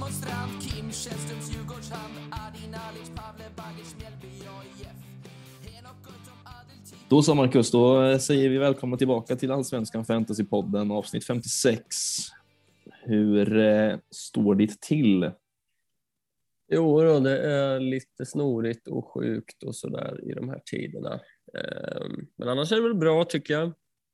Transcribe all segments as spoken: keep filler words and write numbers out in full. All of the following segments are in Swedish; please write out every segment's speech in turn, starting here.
Strand, Kim Källströms Djurgårdshand, Adin Alic, Pavle Bagic, Mjällby, A I F. Då så Marcus, då säger vi välkomna tillbaka till Allsvenskan Fantasy-podden avsnitt femtiosex. Hur eh, står det till? Jo då, det är lite snorigt och sjukt och sådär i de här tiderna. Um, men annars är det väl bra tycker jag.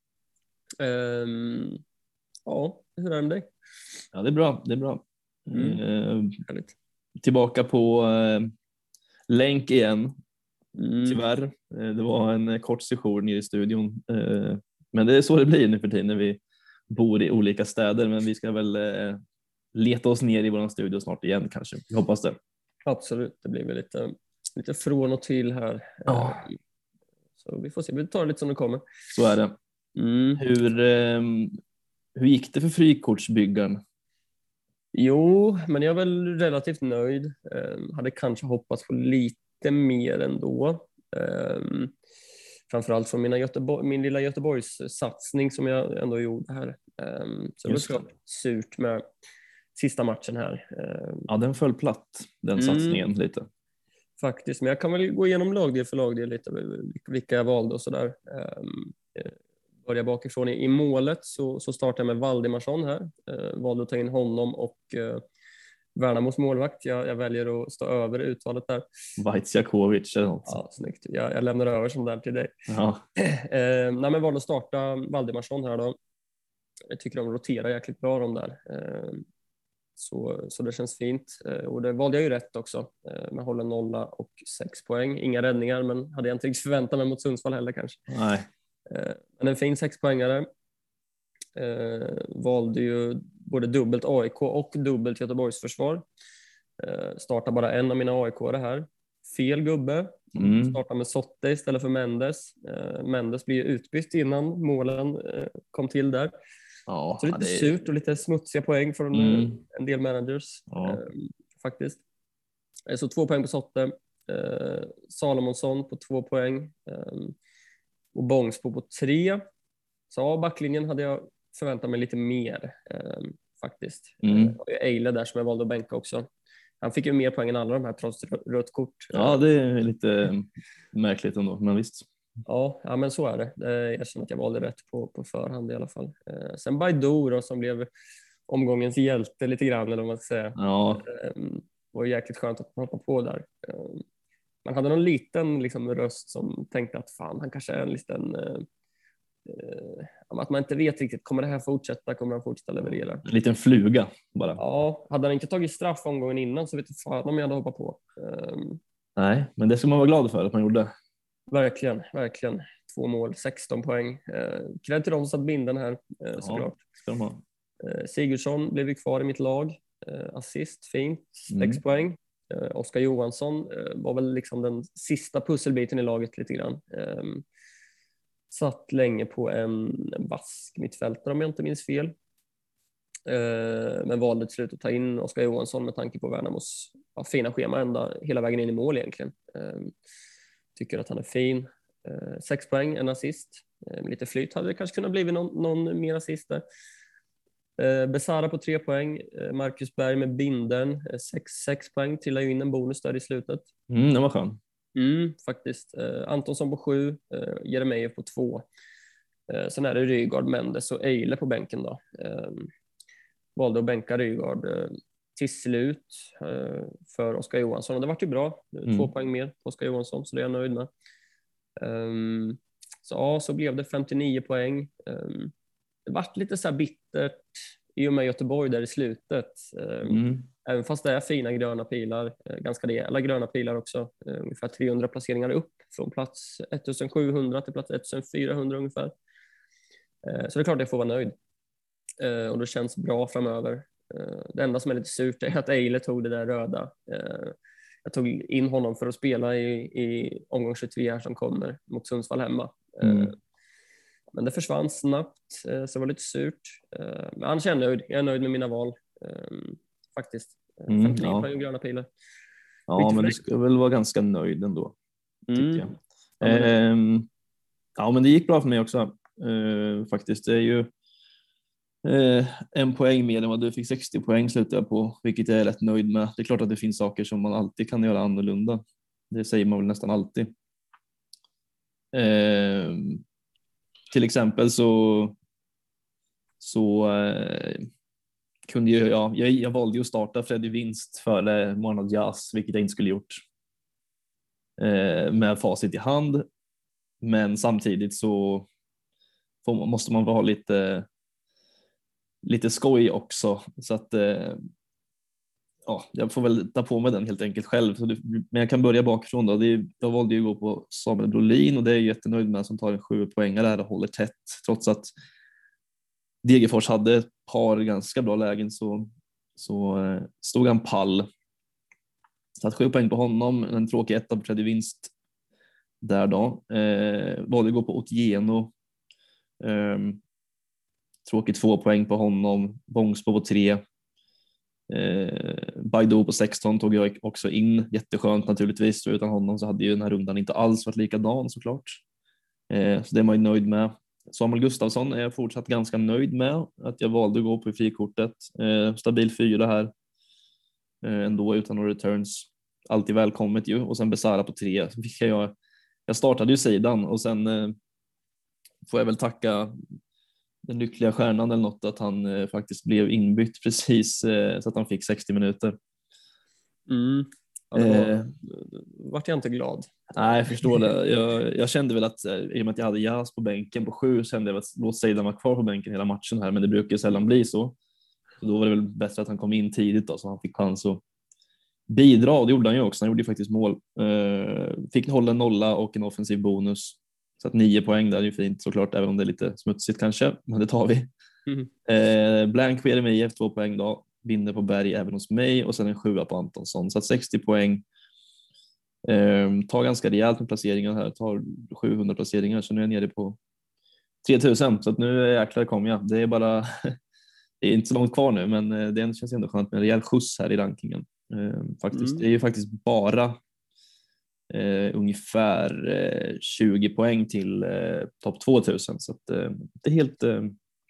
Um, ja, hur är det med dig? Ja, det är bra, det är bra. Mm. Eh, Härligt. tillbaka på eh, länk igen. Mm. Tyvärr, eh, det var en kort session i studion. Eh, men det är så det blir nu för tiden när vi bor i olika städer. Men vi ska väl eh, leta oss ner i vår studio snart igen kanske. Jag hoppas det. Absolut, det blir väl lite, lite från och till här. Ja. Um, så vi får se, vi tar det lite som det kommer. Så är det. Mm. Hur, eh, hur gick det för frikortsbyggaren? Jo, men jag är väl relativt nöjd. Um, hade kanske hoppats på lite mer ändå. Um, framförallt från mina Göteborg, min lilla Göteborgs satsning som jag ändå gjorde här. Um, så Just det var surt med sista matchen här. Um, Ja, den föll platt, den Mm. satsningen lite. faktiskt, men jag kan väl gå igenom lagdel för lagdel lite vilka jag valde och sådär. Um, börja bakifrån i, i målet så, så startar jag med Valdimarsson här. Uh, valde att ta in honom och uh, Värnamos målvakt. Jag, jag väljer att stå över utvalet där. Vajtjakovic eller något. Ja, snyggt. Jag, jag lämnar över som där till dig. Ja. Uh, nej, men valde att starta Valdimarsson här då. Jag tycker de roterar jäkligt bra de där. Uh, så, så det känns fint. Uh, och det valde jag ju rätt också. Uh, med hålla nolla och sex poäng. Inga räddningar, men hade jag inte riktigt förväntat mig mot Sundsvall heller kanske. Nej. Uh, men en fin sexpoängare. Uh, valde ju både dubbelt A I K och dubbelt Göteborgs försvar. Uh, startar bara en av mina A I K-are här. Fel gubbe. Mm. Startar med Sotte istället för Mendes. Uh, Mendes blir utbytt innan målen uh, kom till där. Ja, Så lite det är... surt och lite smutsiga poäng från Mm. en del managers Ja. eh, faktiskt. Så två poäng på Sotte. Eh, Salomonsson på två poäng. Eh, och Bångsbo på tre. Så ja, backlinjen hade jag förväntat mig lite mer eh, faktiskt. Mm. Eh, och Eile där som jag valde att bänka också. Han fick ju mer poäng än alla de här trots rött kort. Ja, det är lite märkligt ändå, men visst. Ja, ja, men så är det. Eh, Jag känner att jag valde rätt på, på förhand i alla fall. Eh, Sen Baidoo då, som blev omgångens hjälte lite grann, eller vad man ska säga. Ja, Eh, var jäkligt skönt att hoppa på där. Eh, Man hade någon liten liksom, röst som tänkte att fan, han kanske är en liten... Eh, eh, att man inte vet riktigt, kommer det här fortsätta? Kommer han fortsätta leverera? en liten fluga bara. Ja, hade han inte tagit straff omgången innan så vet jag fan om jag hade hoppat på. Eh, Nej, men det ska man vara glad för att man gjorde. Verkligen, verkligen. Två mål, sexton poäng. Eh, Kredd till dem som satt binden här, eh, såklart. Ska de ha. Eh, Sigurdsson blev ju kvar i mitt lag. Eh, assist, fint. Sex Mm. poäng. Eh, Oskar Johansson eh, var väl liksom den sista pusselbiten i laget lite grann. Eh, satt länge på en, en vask mittfältare om jag inte minns fel. Eh, men valde till slut att ta in Oskar Johansson med tanke på Värnamos ja, fina schema ända hela vägen in i mål egentligen. Eh, Tycker att han är fin. Eh, sex poäng, en assist. Eh, lite flyt hade det kanske kunnat bli någon, någon mer assist där. Eh, Besara på tre poäng. Eh, Marcus Berg med binden. Eh, sex, sex poäng. Trillar ju in en bonus där i slutet. Mm, det var skön. Mm, faktiskt. Eh, Antonsson på sju. Eh, Jeremejeff på två. Eh, sen är det Rygaard, Mendes och Eile på bänken då. Eh, valde att bänka Rygaard eh, till slut eh, för Oskar Johansson. Och det var ju bra. Mm. Två poäng mer på Oskar Johansson, så det är jag nöjd med. Um, så ja, så blev det femtionio poäng. Um, det vart lite så här bittert i och med Göteborg där i slutet. Um, Mm. Även fast det är fina gröna pilar, uh, ganska rejäla gröna pilar också. Uh, ungefär trehundra placeringar upp från plats ettusensjuhundra till plats ettusenfyrahundra ungefär. Uh, så det är klart att jag får vara nöjd. Uh, och det känns bra framöver. Uh, det enda som är lite surt är att Eile tog det där röda. Uh, jag tog in honom för att spela i, i omgång tjugotre här som kommer mot Sundsvall hemma. Mm. Uh, men det försvann snabbt, uh, så det var lite surt. Uh, men annars är jag nöjd. Jag är nöjd med mina val. Um, faktiskt. Mm, femtionio ja. poäng och gröna pilar. Ja, men du ska väl vara ganska nöjd ändå, tycker Mm. jag. Ja, men det- Ehm, ja, men det gick bra för mig också. Ehm, faktiskt, det är ju Eh, en poäng mer än vad du fick, sextio poäng slutade jag på, vilket jag är rätt nöjd med. Det är klart att det finns saker som man alltid kan göra annorlunda. Det säger man väl nästan alltid. Eh, till exempel så så eh, kunde ju, ja, jag, jag valde ju att starta Freddy Vinst före Mohamed Jas, vilket jag inte skulle gjort eh, med facit i hand. Men samtidigt så får, måste man vara lite lite skoj också, så att eh, ja, jag får väl ta på mig den helt enkelt själv. Så det, men jag kan börja bakifrån då. Det är, jag valde ju att gå på Samuel Brolin och det är jag jättenöjd med, som tar en sju poäng där och håller tätt trots att Degerfors hade ett par ganska bra lägen, så, så eh, stod han pall. Så att sju poäng på honom, en tråkig etta på tredje vinst där då. Eh, valde att gå på Otieno. Eh, tråkigt två poäng på honom. Bångsbo på tre. Eh, Baidu på sexton tog jag också in. Jätteskönt naturligtvis. Så utan honom så hade ju den här rundan inte alls varit likadan såklart. Eh, så det är man ju nöjd med. Samuel Gustafsson är jag fortsatt ganska nöjd med att jag valde att gå på frikortet. Eh, stabil fyra här. Eh, ändå utan några returns. Alltid välkommet ju. Och sen Besara på tre. Jag, jag startade ju sidan och sen eh, får jag väl tacka den lyckliga stjärnan eller något att han eh, faktiskt blev inbytt precis eh, så att han fick sextio minuter. Mm. Ja, det var, Eh, vart jag inte glad. Nej, jag förstår det. Jag, jag kände väl att eh, i och med att jag hade Jas på bänken på sju kände jag att låt Seidan vara kvar på bänken hela matchen här, men det brukar sällan bli så. Så då var det väl bättre att han kom in tidigt då, så han fick chans att bidra, och det gjorde han ju också. Han gjorde ju faktiskt mål. Eh, fick hålla en nolla och en offensiv bonus. Så att nio poäng där är ju fint såklart, även om det är lite smutsigt kanske, men det tar vi. Mm. Eh, Blank Jeremejeff två poäng då, vinner på Berg även hos mig, och sen en sjua på Antonsson, så att sextio poäng. Eh, tar ganska rejält med placeringar här, tar sjuhundra placeringar, så nu är jag nere på tre tusen, så att nu är jäklar kom jag. Det är bara det är inte så långt kvar nu, men det känns ändå skönt med en rejäl skjuts här i rankingen. Eh, faktiskt. Mm. Det är ju faktiskt bara Uh, ungefär uh, tjugo poäng till uh, topp tvåtusen, så att, uh, det är helt uh,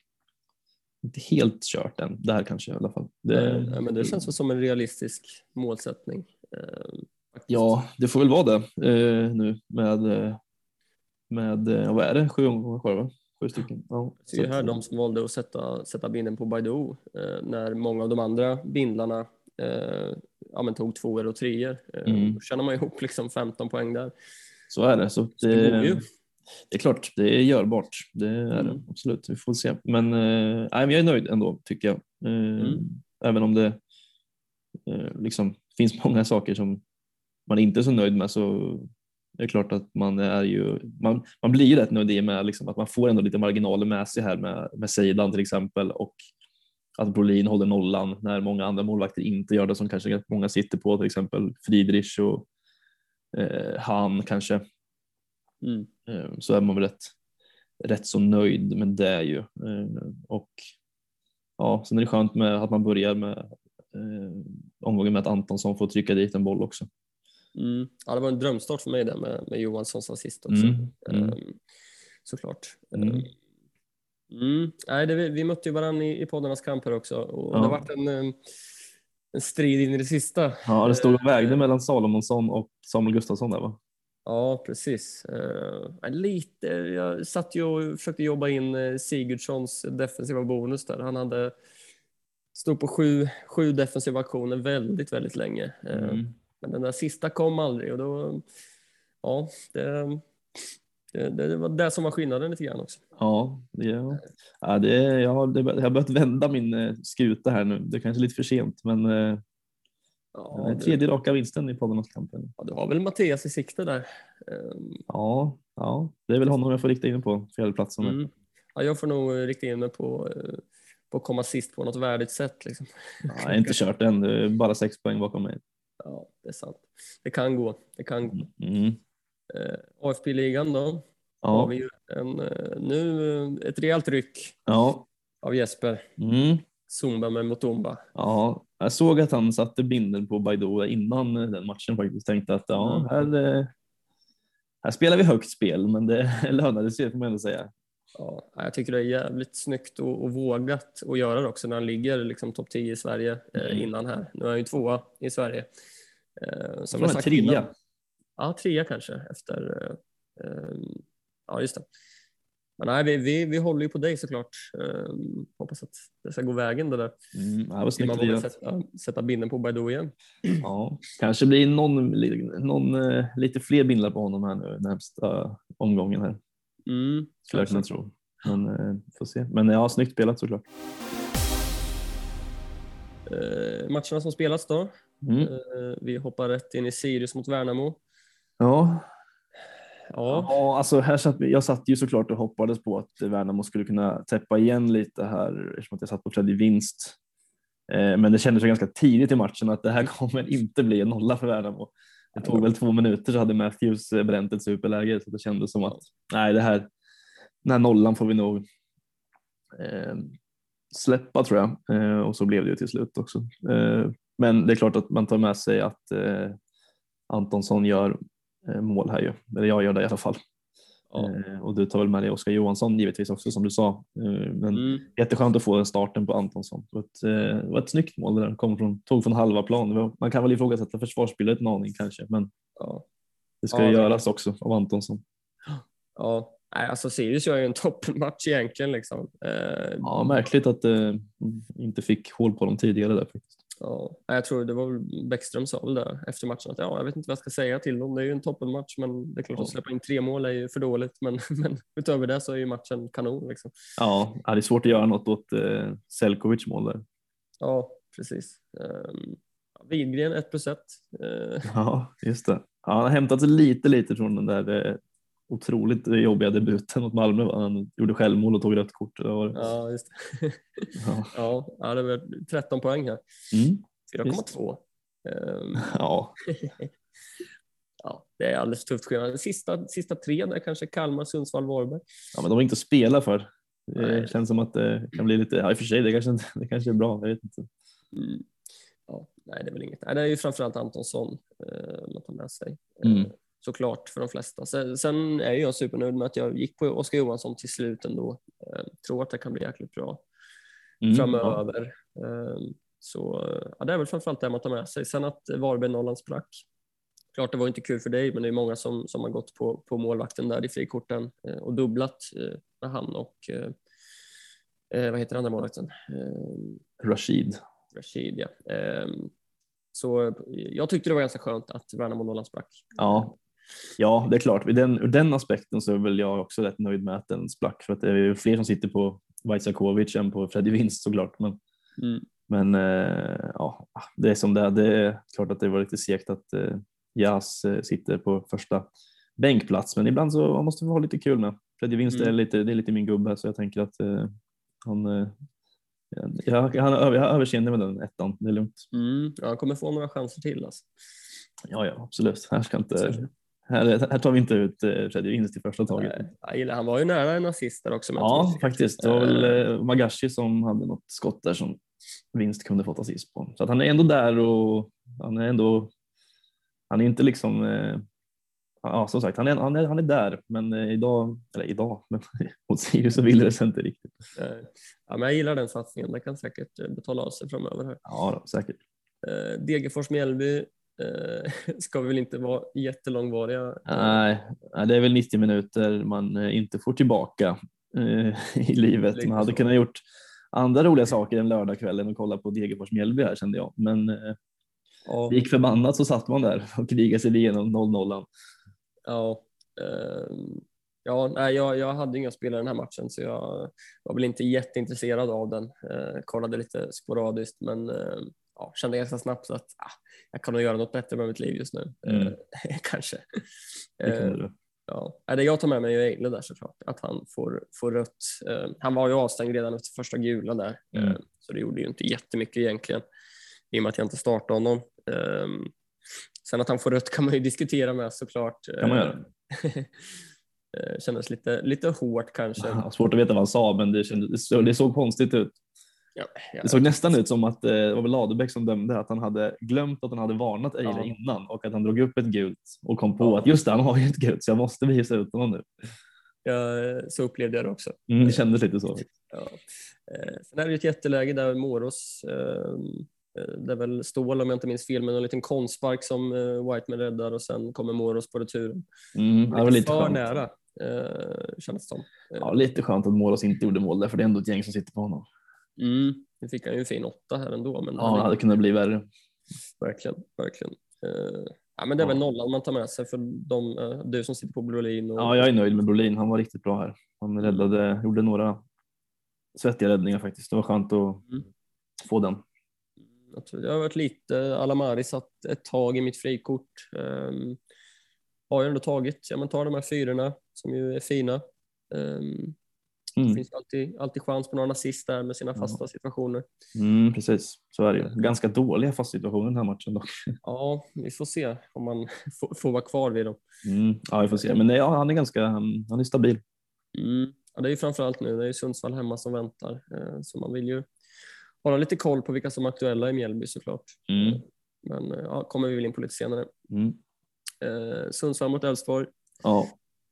inte helt kört än där kanske i alla fall. Det, ja, men det känns som en realistisk målsättning. Uh, ja, det får väl vara det uh, nu med uh, med uh, vad är det? Sju omgångar kvar, va? Sju stycken. Ja, så det är här de som valde att sätta sätta binden på Baidu uh, när många av de andra bindlarna uh, ja, men tog tvåor och treor. Mm. Då känner man ihop liksom femton poäng där. Så är det. Så det, så det, går ju. Det är klart, det är görbart. Det är mm. det, absolut. Vi får se. Men, eh, nej, men jag är nöjd ändå, tycker jag. Eh, mm. Även om det eh, liksom finns många saker som man inte är så nöjd med, så det är klart att man är ju man, man blir ju rätt nöjd med liksom, att man får ändå lite marginaler med sig här med, med Seidan till exempel, och att Brolin håller nollan när många andra målvakter inte gör det, som kanske många sitter på, till exempel Friedrich och eh, han kanske. Mm. Eh, så är man väl rätt, rätt så nöjd med det ju. Eh, och ja, sen är det skönt med att man börjar med eh, omgången med att Antonsson får trycka dit en boll också. Mm. Ja, det var en drömstart för mig där med, med Johanssons assist också. Mm. Mm. Eh, såklart. Mm. Mm. Nej, det, vi mötte ju varandra i, i poddarnas kamper också, och ja. Det har varit en, en strid in i det sista. Ja, det stod och vägde mellan Salomonsson och Samuel Gustafsson där, va? Ja, precis. Uh, lite, jag satt ju och försökte jobba in Sigurdssons defensiva bonus där. Han hade stod på sju, sju defensiva aktioner väldigt, väldigt länge. Uh, mm. Men den där sista kom aldrig, och då, ja, det... Det, det var det som var skillnaden lite grann också. Ja, det, ja det, jag, har, det, jag har börjat vända min eh, skuta här nu. Det är kanske lite för sent, men eh, ja, det, tredje raka vinsten i poddarnas kampen. Ja, du har väl Mattias i sikte där? Um, ja, ja, det är väl honom jag får rikta in på fjärdeplatsen. Mm. Ja, jag får nog rikta in mig på, på att komma sist på något värdigt sätt. Liksom. Ja, jag har inte kört än, det är bara sex poäng bakom mig. Ja, det är sant. Det kan gå. Det kan gå. Mm. Uh, A F P-ligan då, ja. Har vi ju en, uh, nu ett rejält ryck ja. av Jesper. Mm. Zumba med Mutumba. Ja, jag såg att han satte binden på Baidu innan den matchen faktiskt. Tänkte att ja, här, här spelar vi högt spel, men det lönade sig, får man ändå säga. Ja, jag tycker det är jävligt snyggt och, och vågat att göra det också när han ligger liksom topp tio i Sverige eh, Mm. innan här. Nu är han ju tvåa i Sverige. Eh, som Från jag en sagt trea. innan. Ja, trea kanske efter. Eh, eh, ja, just det. Men nej, vi, vi, vi håller ju på dig såklart. Eh, hoppas att det ska gå vägen det där. Mm, det var Vill snyggt man vågar lirat. sätta, sätta binden på Baidoo igen. Ja, kanske blir någon, någon eh, lite fler bindlar på honom här nu närmsta omgången här. Mm, Skulle jag kunna tro. Men eh, får se. Men ja, snyggt spelat såklart. Eh, matcherna som spelas då. Mm. Eh, vi hoppar rätt in i Sirius mot Värnamo. Ja. Ja, Ja, alltså här satt, jag satt ju såklart och hoppades på att Värnamo skulle kunna täppa igen lite här eftersom att jag satt på tredje vinst. Eh, men det kändes ju ganska tidigt i matchen att det här kommer inte bli en nolla för Värnamo. Det tog väl två minuter så hade Matthews bränt ett superläge så det kändes som att nej, det här, den här nollan får vi nog eh, släppa tror jag. Eh, och så blev det ju till slut också. Eh, men det är klart att man tar med sig att eh, Antonsson gör eh, mål här ju. Eller jag gör det i alla fall. ja. Eh, och du tar väl med dig Oskar Johansson givetvis också som du sa. Eh, men Mm. jätteskönt att få den starten på Antonsson. Det var ett, eh, det var ett snyggt mål det där. Kom från, tog från halva plan. Det var, man kan väl ifrågasätta försvarsspelet en aning kanske. Men Ja. det ska Ja, ju det- göras också av Antonsson. Ja, nej, alltså Sirius gör ju en toppenmatch egentligen liksom. Eh, Ja, märkligt att det eh, inte fick hål på dem tidigare där faktiskt. ja, jag tror det var väl Bäckström sa väl där efter matchen att ja, jag vet inte vad jag ska säga till dem. Det är ju en toppenmatch, men det är klart Ja. att släppa in tre mål är ju för dåligt. Men, men utöver det så är ju matchen kanon liksom. Ja, det är svårt att göra något åt eh, Selkovic mål där. Ja, precis. Um, Widgren ett plus ett. Uh, Ja, just det. Ja, han har hämtat sig lite, lite från den där eh, otroligt jobbiga debuten mot Malmö. Va? Han gjorde självmål och tog rött kort. Det var... ja, just det. Ja. ja, ja, det var tretton poäng här. Mm. fyra komma två. Um, Ja. ja, det är alldeles tufft schema. Sista, sista tre där kanske Kalmar, Sundsvall, Varberg. Ja, men de har inte att spela för. Det Nej. känns som att det kan bli lite, ja i och för sig, det kanske, inte- det kanske är bra, jag vet inte. Mm. Ja, nej, det är väl inget. Nej, det är ju framförallt Antonsson eh, man tar med sig. Mm. Eh, såklart för de flesta. Sen, sen är jag supernöjd med att jag gick på Oskar Johansson till slut ändå. Eh, tror att det kan bli jäkligt bra Mm, framöver. Eh, så ja, det är väl framförallt det man tar med sig. Sen att Varberg nollan sprack. Klart det var inte kul för dig, men det är många som, som har gått på, på målvakten där i frikorten eh, och dubblat eh, med han och eh, eh, vad heter andra målvakten? Eh, Rashid. Rashid, ja. Ehm, så jag tyckte det var ganska skönt att Värnamo nollan sprack. Ja. Ja, det är klart. Ur den, ur den aspekten så är väl jag också rätt nöjd med att den sprack. För att det är ju fler som sitter på Vaisakovic än på Freddy Winst såklart. Men, Mm. men eh, ja, det är som det är. Det är klart att det var lite segt att eh, Jas eh, sitter på första bänkplats. Men ibland så man måste vi ha lite kul med. Freddy Winst Mm. är, lite, det är lite min gubbe så jag tänker att eh, han, eh, jag, jag, har över- jag har överseende med den ettan. Det är lugnt. Mm. Ja, han kommer få några chanser till. Alltså. Ja, ja, absolut. Här, ska inte, här, här tar vi inte ut eh, Freddy Winst i första taget. Nej, jag gillar- han var ju nära en assist där också. men jag Ja, tror inte- faktiskt. Det var väl eh, Magashi som hade något skott där som Vinst kunde fått assist på. Så att han är ändå där och han är ändå, han är inte liksom, eh, ja som sagt, han är, han är, han är där, men eh, idag, eller idag, men mot Sirius så vill det sig inte riktigt. Eh, Ja, men jag gillar den satsningen. Det kan säkert eh, betala av sig framöver här. Ja, då, säkert. Eh, Degerfors Mjällby eh, ska vi väl inte vara jättelångvariga. Nej, nej, det är väl nittio minuter man eh, inte får tillbaka eh, i livet. Man hade så. kunnat gjort andra roliga saker än lördagskvällen och kolla på Degerfors Mjällby här kände jag. Men eh, Ja, gick förbannat så satt man där och krigade sig igenom noll noll. ja, eh, ja nej, jag, jag hade inga spelare i den här matchen så jag var väl inte jätteintresserad av den. Eh, kollade lite sporadiskt men eh, ja, kände ganska snabbt att ah, jag kan nog göra något bättre med mitt liv just nu. Mm. Eh, kanske. Det kunde Eh, du. Ja. Det jag tar med mig är Eile där såklart, att han får, får rött. Eh, han var ju avstängd redan efter första gula där, Mm. eh, så det gjorde ju inte jättemycket egentligen i och med att jag inte startade honom. Eh, sen att han får rött kan man ju diskutera med såklart. Kan man göra. Eh, kändes lite, lite hårt kanske. Ja, svårt att veta vad han sa, men det, kände, det, såg, det såg konstigt ut. Ja, ja. Det såg nästan ut som att eh, det var väl Ladebäck som dömde, att han hade glömt att han hade varnat Eile Ja. innan och att han drog upp ett gult och kom på Ja. att just det, han har ju ett gult så jag måste visa ut honom nu. jag, så upplevde jag det också. Mm, det kändes lite så. Ja. Sen är det ett jätteläge där Moros, det är väl Ståhl om jag inte minns fel, men en liten konstspark som Whiteman räddar och sen kommer Moros på returen. Mm, det var lite för skönt. nära, kändes det som. Ja, lite skönt att Moros inte gjorde mål där, för det är ändå ett gäng som sitter på honom. Mm, nu fick han ju en fin åtta här ändå. Men ja, det hade kunnat bli värre. Verkligen, verkligen. Uh, ja, men det är ja. väl nollan man tar med sig för de, uh, du som sitter på Brolin. Och... Ja, jag är nöjd med Brolin. Han var riktigt bra här. Han räddade, gjorde några svettiga räddningar faktiskt. Det var skönt att mm. få den. Jag, tror, jag har varit lite Alamari satt ett tag i mitt frikort. Um, har jag ändå tagit. Ja, man tar de här fyrorna som ju är fina. Um, Mm. Det finns alltid, alltid chans på några assist där med sina fasta ja. situationer. Mm, precis, så är det ju. Ganska dåliga fasta situationer den här matchen dock. Ja, vi får se om man får, får vara kvar vid dem. Mm, ja, vi får se. Men nej, ja, han är ganska han är stabil. Mm. Ja, det är ju framförallt nu. Det är ju Sundsvall hemma som väntar. Så man vill ju hålla lite koll på vilka som är aktuella i Mjällby såklart. Mm. Men ja, kommer vi väl in på lite senare. Mm. Eh, Sundsvall mot Elfsborg. Ja.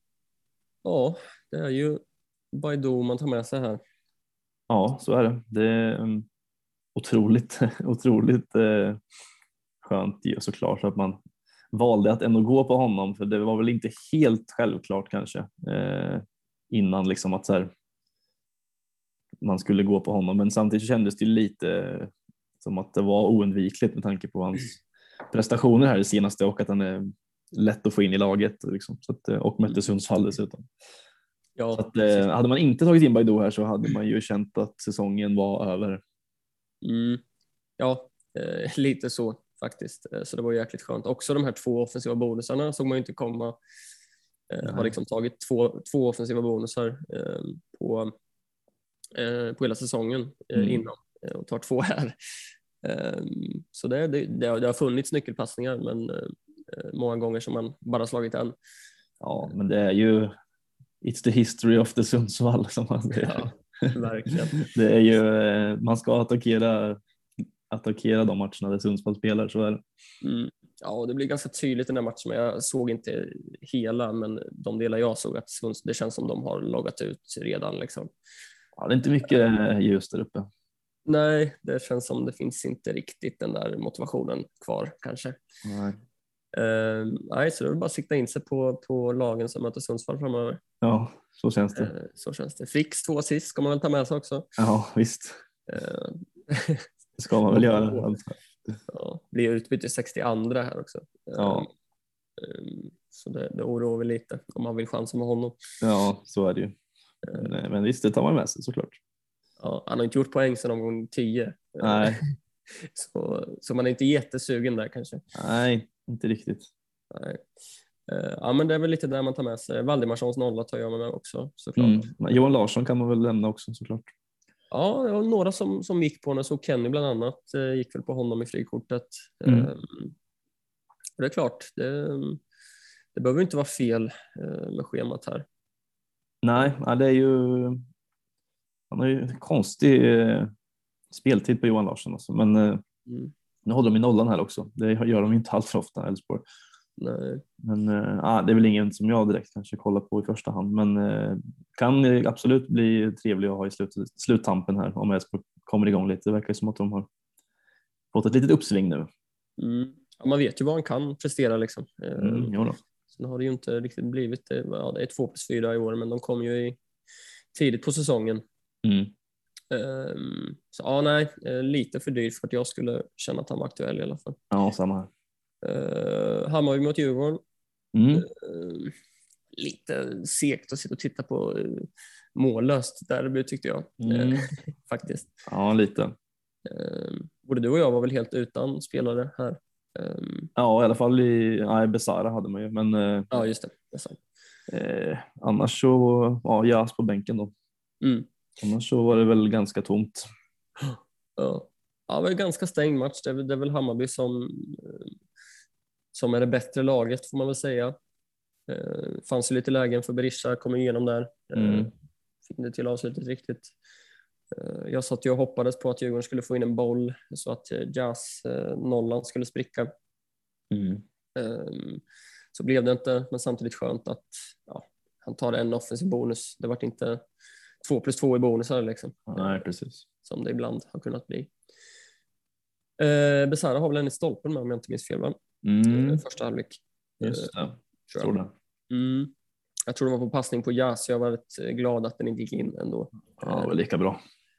Ja, det är ju Baidoo man tar med sig här. Ja, så är det. Det är um, otroligt, otroligt eh, skönt ju såklart att man valde att ändå gå på honom, för det var väl inte helt självklart kanske eh, innan liksom att så här, man skulle gå på honom, men samtidigt kändes det lite eh, som att det var oundvikligt med tanke på hans prestationer här i senaste och att han är lätt att få in i laget liksom, så att, och mötte Sundsvall dessutom. Ja, så att, eh, hade man inte tagit in Baidoo här så hade man ju känt att säsongen var över. Mm. Ja, eh, lite så faktiskt. Så det var jäkligt skönt. Också de här två offensiva bonusarna såg man ju inte komma. Eh, har liksom tagit två, två offensiva bonusar eh, på, eh, på hela säsongen eh, mm. innan eh, och tar två här. Eh, så det, det, det, har, det har funnits nyckelpassningar, men eh, många gånger som man bara slagit en. Ja, men det är ju it's the history of the Sundsvall som man säger. Ja, verkligen. Det är ju, man ska attackera attackera de matcherna där Sundsvall spelar, så är det. Mm. Ja, det blir ganska tydligt i den här matchen, men jag såg inte hela, men de delar jag såg att Sunds, det känns som de har loggat ut redan liksom. Ja, det är inte mycket ljus där uppe. Nej, det känns som det finns inte riktigt den där motivationen kvar kanske. Nej. Uh, nej, så det är bara att sikta in sig på, på lagen som möter Sundsvall framöver. Ja, så känns det. Uh, så känns det. Fricks två assist ska man väl ta med sig också. Ja, visst. Uh, det ska man väl göra. Ja, blir utbytt i sextioandra här också. Ja. Um, så det, det oroar väl lite om man vill chansa med honom. Ja, så är det ju. Uh, Nej, men visst, det tar man med sig såklart. Ja, han har inte gjort poäng sedan omgång tio. Nej. så, så man är inte jättesugen där kanske. Nej, inte riktigt. Nej. Uh, ja, men det är väl lite där man tar med sig. Valdimarssons nolla tar jag med mig också såklart. Mm. Johan Larsson kan man väl lämna också såklart. Ja, det var några som, som gick på honom. Så Kenny bland annat uh, gick väl på honom i frikortet. Mm. Uh, det är klart, det, det behöver inte vara fel uh, med schemat här. Nej, det är ju han har ju en konstig eh, speltid på Johan Larsson alltså. Men eh, mm. nu håller de i nollan här också. Det gör de inte allt för ofta, Elfsborg. Nej. Men äh, det är väl ingen som jag direkt kanske kollar på i första hand, men äh, kan absolut bli trevlig att ha i slut, sluttampen här om Elfsborg kommer igång lite. Det verkar som att de har fått ett litet uppsving nu. Mm. Ja, man vet ju vad han kan prestera liksom. Mm, jo då. Sen har det ju inte riktigt blivit, ja, det är två plus fyra i år, men de kom ju i, tidigt på säsongen. Mm. Um, så ja, nej, lite för dyrt för att jag skulle känna att han var aktuell i alla fall. Ja, samma här. Uh, Hammarby mot Djurgården. Mm. Uh, lite segt att sitta och titta på uh, mållöst derby tyckte jag. Mm. Uh, faktiskt. Ja, lite. Uh, både du och jag var väl helt utan spelare här. Um, ja, i alla fall i ja, Besara hade man ju. Men, uh, ja, just det. det är sant. Uh, annars så, ja, Jas på bänken då. Mm. Annars så var det väl ganska tomt. Ja, ja, det var en ganska stängd match. Det är, det är väl Hammarby som, som är det bättre laget får man väl säga. Det fanns ju lite lägen för Berisha, kom igenom där. Mm. Fick inte till avslutet riktigt. Jag satt ju och hoppades på att Djurgården skulle få in en boll så att Jazz nollan skulle spricka. Mm. Så blev det inte, men samtidigt skönt att ja, han tar en offensiv bonus. Det vart inte två plus två i bonusar liksom. Nej, precis. Som det ibland har kunnat bli. Eh, Besara har väl en i stolpen med om jag inte minns fel, va? Mm, Första halvlek. just det. Tror jag. Tror det. Mm. Jag tror det var på passning på Jas. Jag var rätt glad att den inte gick in ändå. Ja, det var lika bra.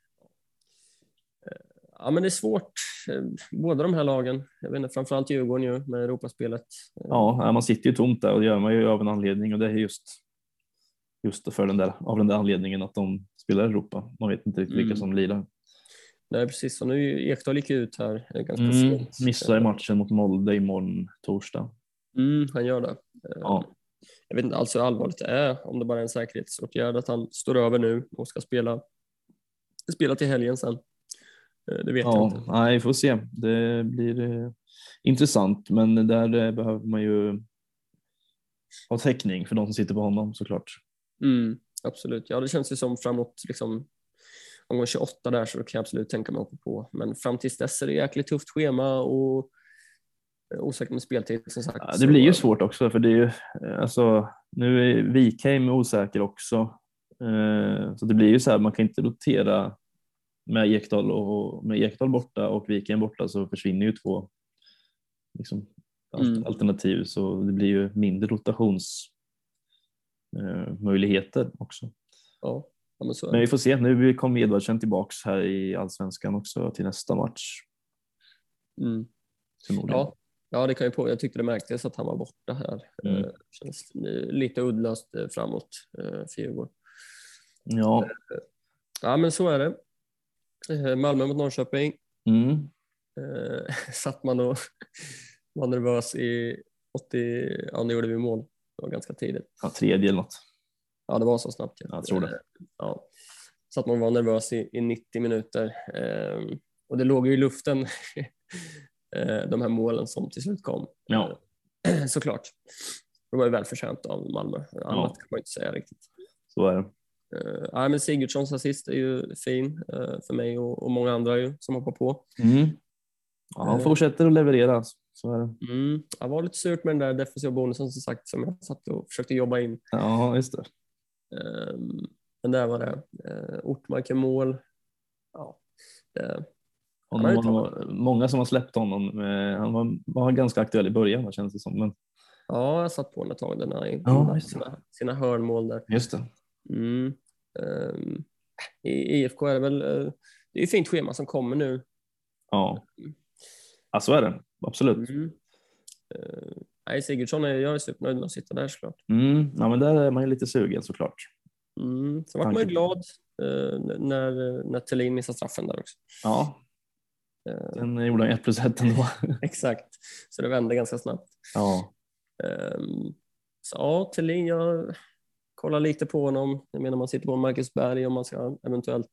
Ja, men det är svårt. Båda de här lagen. Jag vet inte, framförallt Djurgården ju med Europaspelet. Ja, man sitter ju tomt där och det gör man ju av en anledning och det är just just för den där, av den där anledningen att de spelar i Europa. Man vet inte riktigt vilka Mm. som lirar. Nej, precis. Och nu är ju Ekdal gick ut här ganska Mm, sent. missar i matchen mot Molde imorgon torsdag. Mm, han gör det. Ja. Jag vet inte alls hur allvarligt det är, om det bara är en säkerhetsåtgärd att han står över nu och ska spela, spela till helgen sen. Det vet jag Ja, inte. nej, vi får se. Det blir eh, intressant, men där eh, behöver man ju ha täckning för de som sitter på honom såklart. Mm, absolut. Ja, det känns ju som framåt liksom, omgång tjugoåtta där, så kan jag absolut tänka mig att hoppa på. Men fram tills dess är det jäkligt tufft schema och osäkert med speltid som sagt. Ja, det blir ju svårt också för det är ju, alltså, nu är Wikheim osäker också. Eh, så det blir ju så här, man kan inte rotera med Ekdal och med Ekdal borta och Wikheim borta, så försvinner ju två liksom, Mm. alternativ, så det blir ju mindre rotationsmöjligheter eh, också. Ja, ja, men så är Men det. vi får se, nu kommer Edvardsen tillbaks här i Allsvenskan också till nästa match. Mm. Förmodligen. Ja. Ja, det kan ju på. Jag tyckte det märktes att han var borta här. Mm. Eh, känns lite uddlöst eh, framåt eh, för Djurgården. Ja. Ja, men så är det. Eh, Malmö mot Norrköping. Mm. Eh, satt man och var nervös i åttio, ja nu gjorde vi mål. Det var ganska tidigt. Ja, tredje eller något. Ja, det var så snabbt. Ja. Jag tror det. Eh, ja. Så att man var nervös i, i nittio minuter. Eh, och det låg ju i luften eh, de här målen som till slut kom. Ja. Eh, såklart. Det var ju välförtjänt av Malmö. Annat Ja. kan man inte säga riktigt. Så är det. Uh, ja, men Sigurdssons assist är ju fin uh, för mig och, och många andra ju, som hoppar på. Mm. Ja, han fortsätter att leverera. Så är det. Mm. Jag var lite surt med den där defensiva bonusen som sagt, som jag satt och försökte jobba in. Ja, just det. Um, men där var det. Uh, Ortmark är mål. Ja, det, Honom har ju var, många som har släppt honom. Eh, Han var, var ganska aktuell i början, känns det som. Men ja, jag satt på den ett tag, den här, Ja, just det. sina, sina hörnmål där. just det. Mm. Um, I I F K är det väl, uh, det är ju fint schema som kommer nu. Ja. Ja, så är det. Absolut. Mm. Uh, nej, Sigurdsson är jag är supernöjd med att sitta där såklart. Mm. Ja, men där är man ju lite sugen såklart. Mm. Så vart man ju glad uh, när, när Thelin missade straffen där också. Ja, Uh, sen gjorde han ett plus ett ändå. exakt, så det vände ganska snabbt. Ja. Um, så ja, Thelin, jag kollar lite på honom. Jag menar, man sitter på Marcus Berg om man ska eventuellt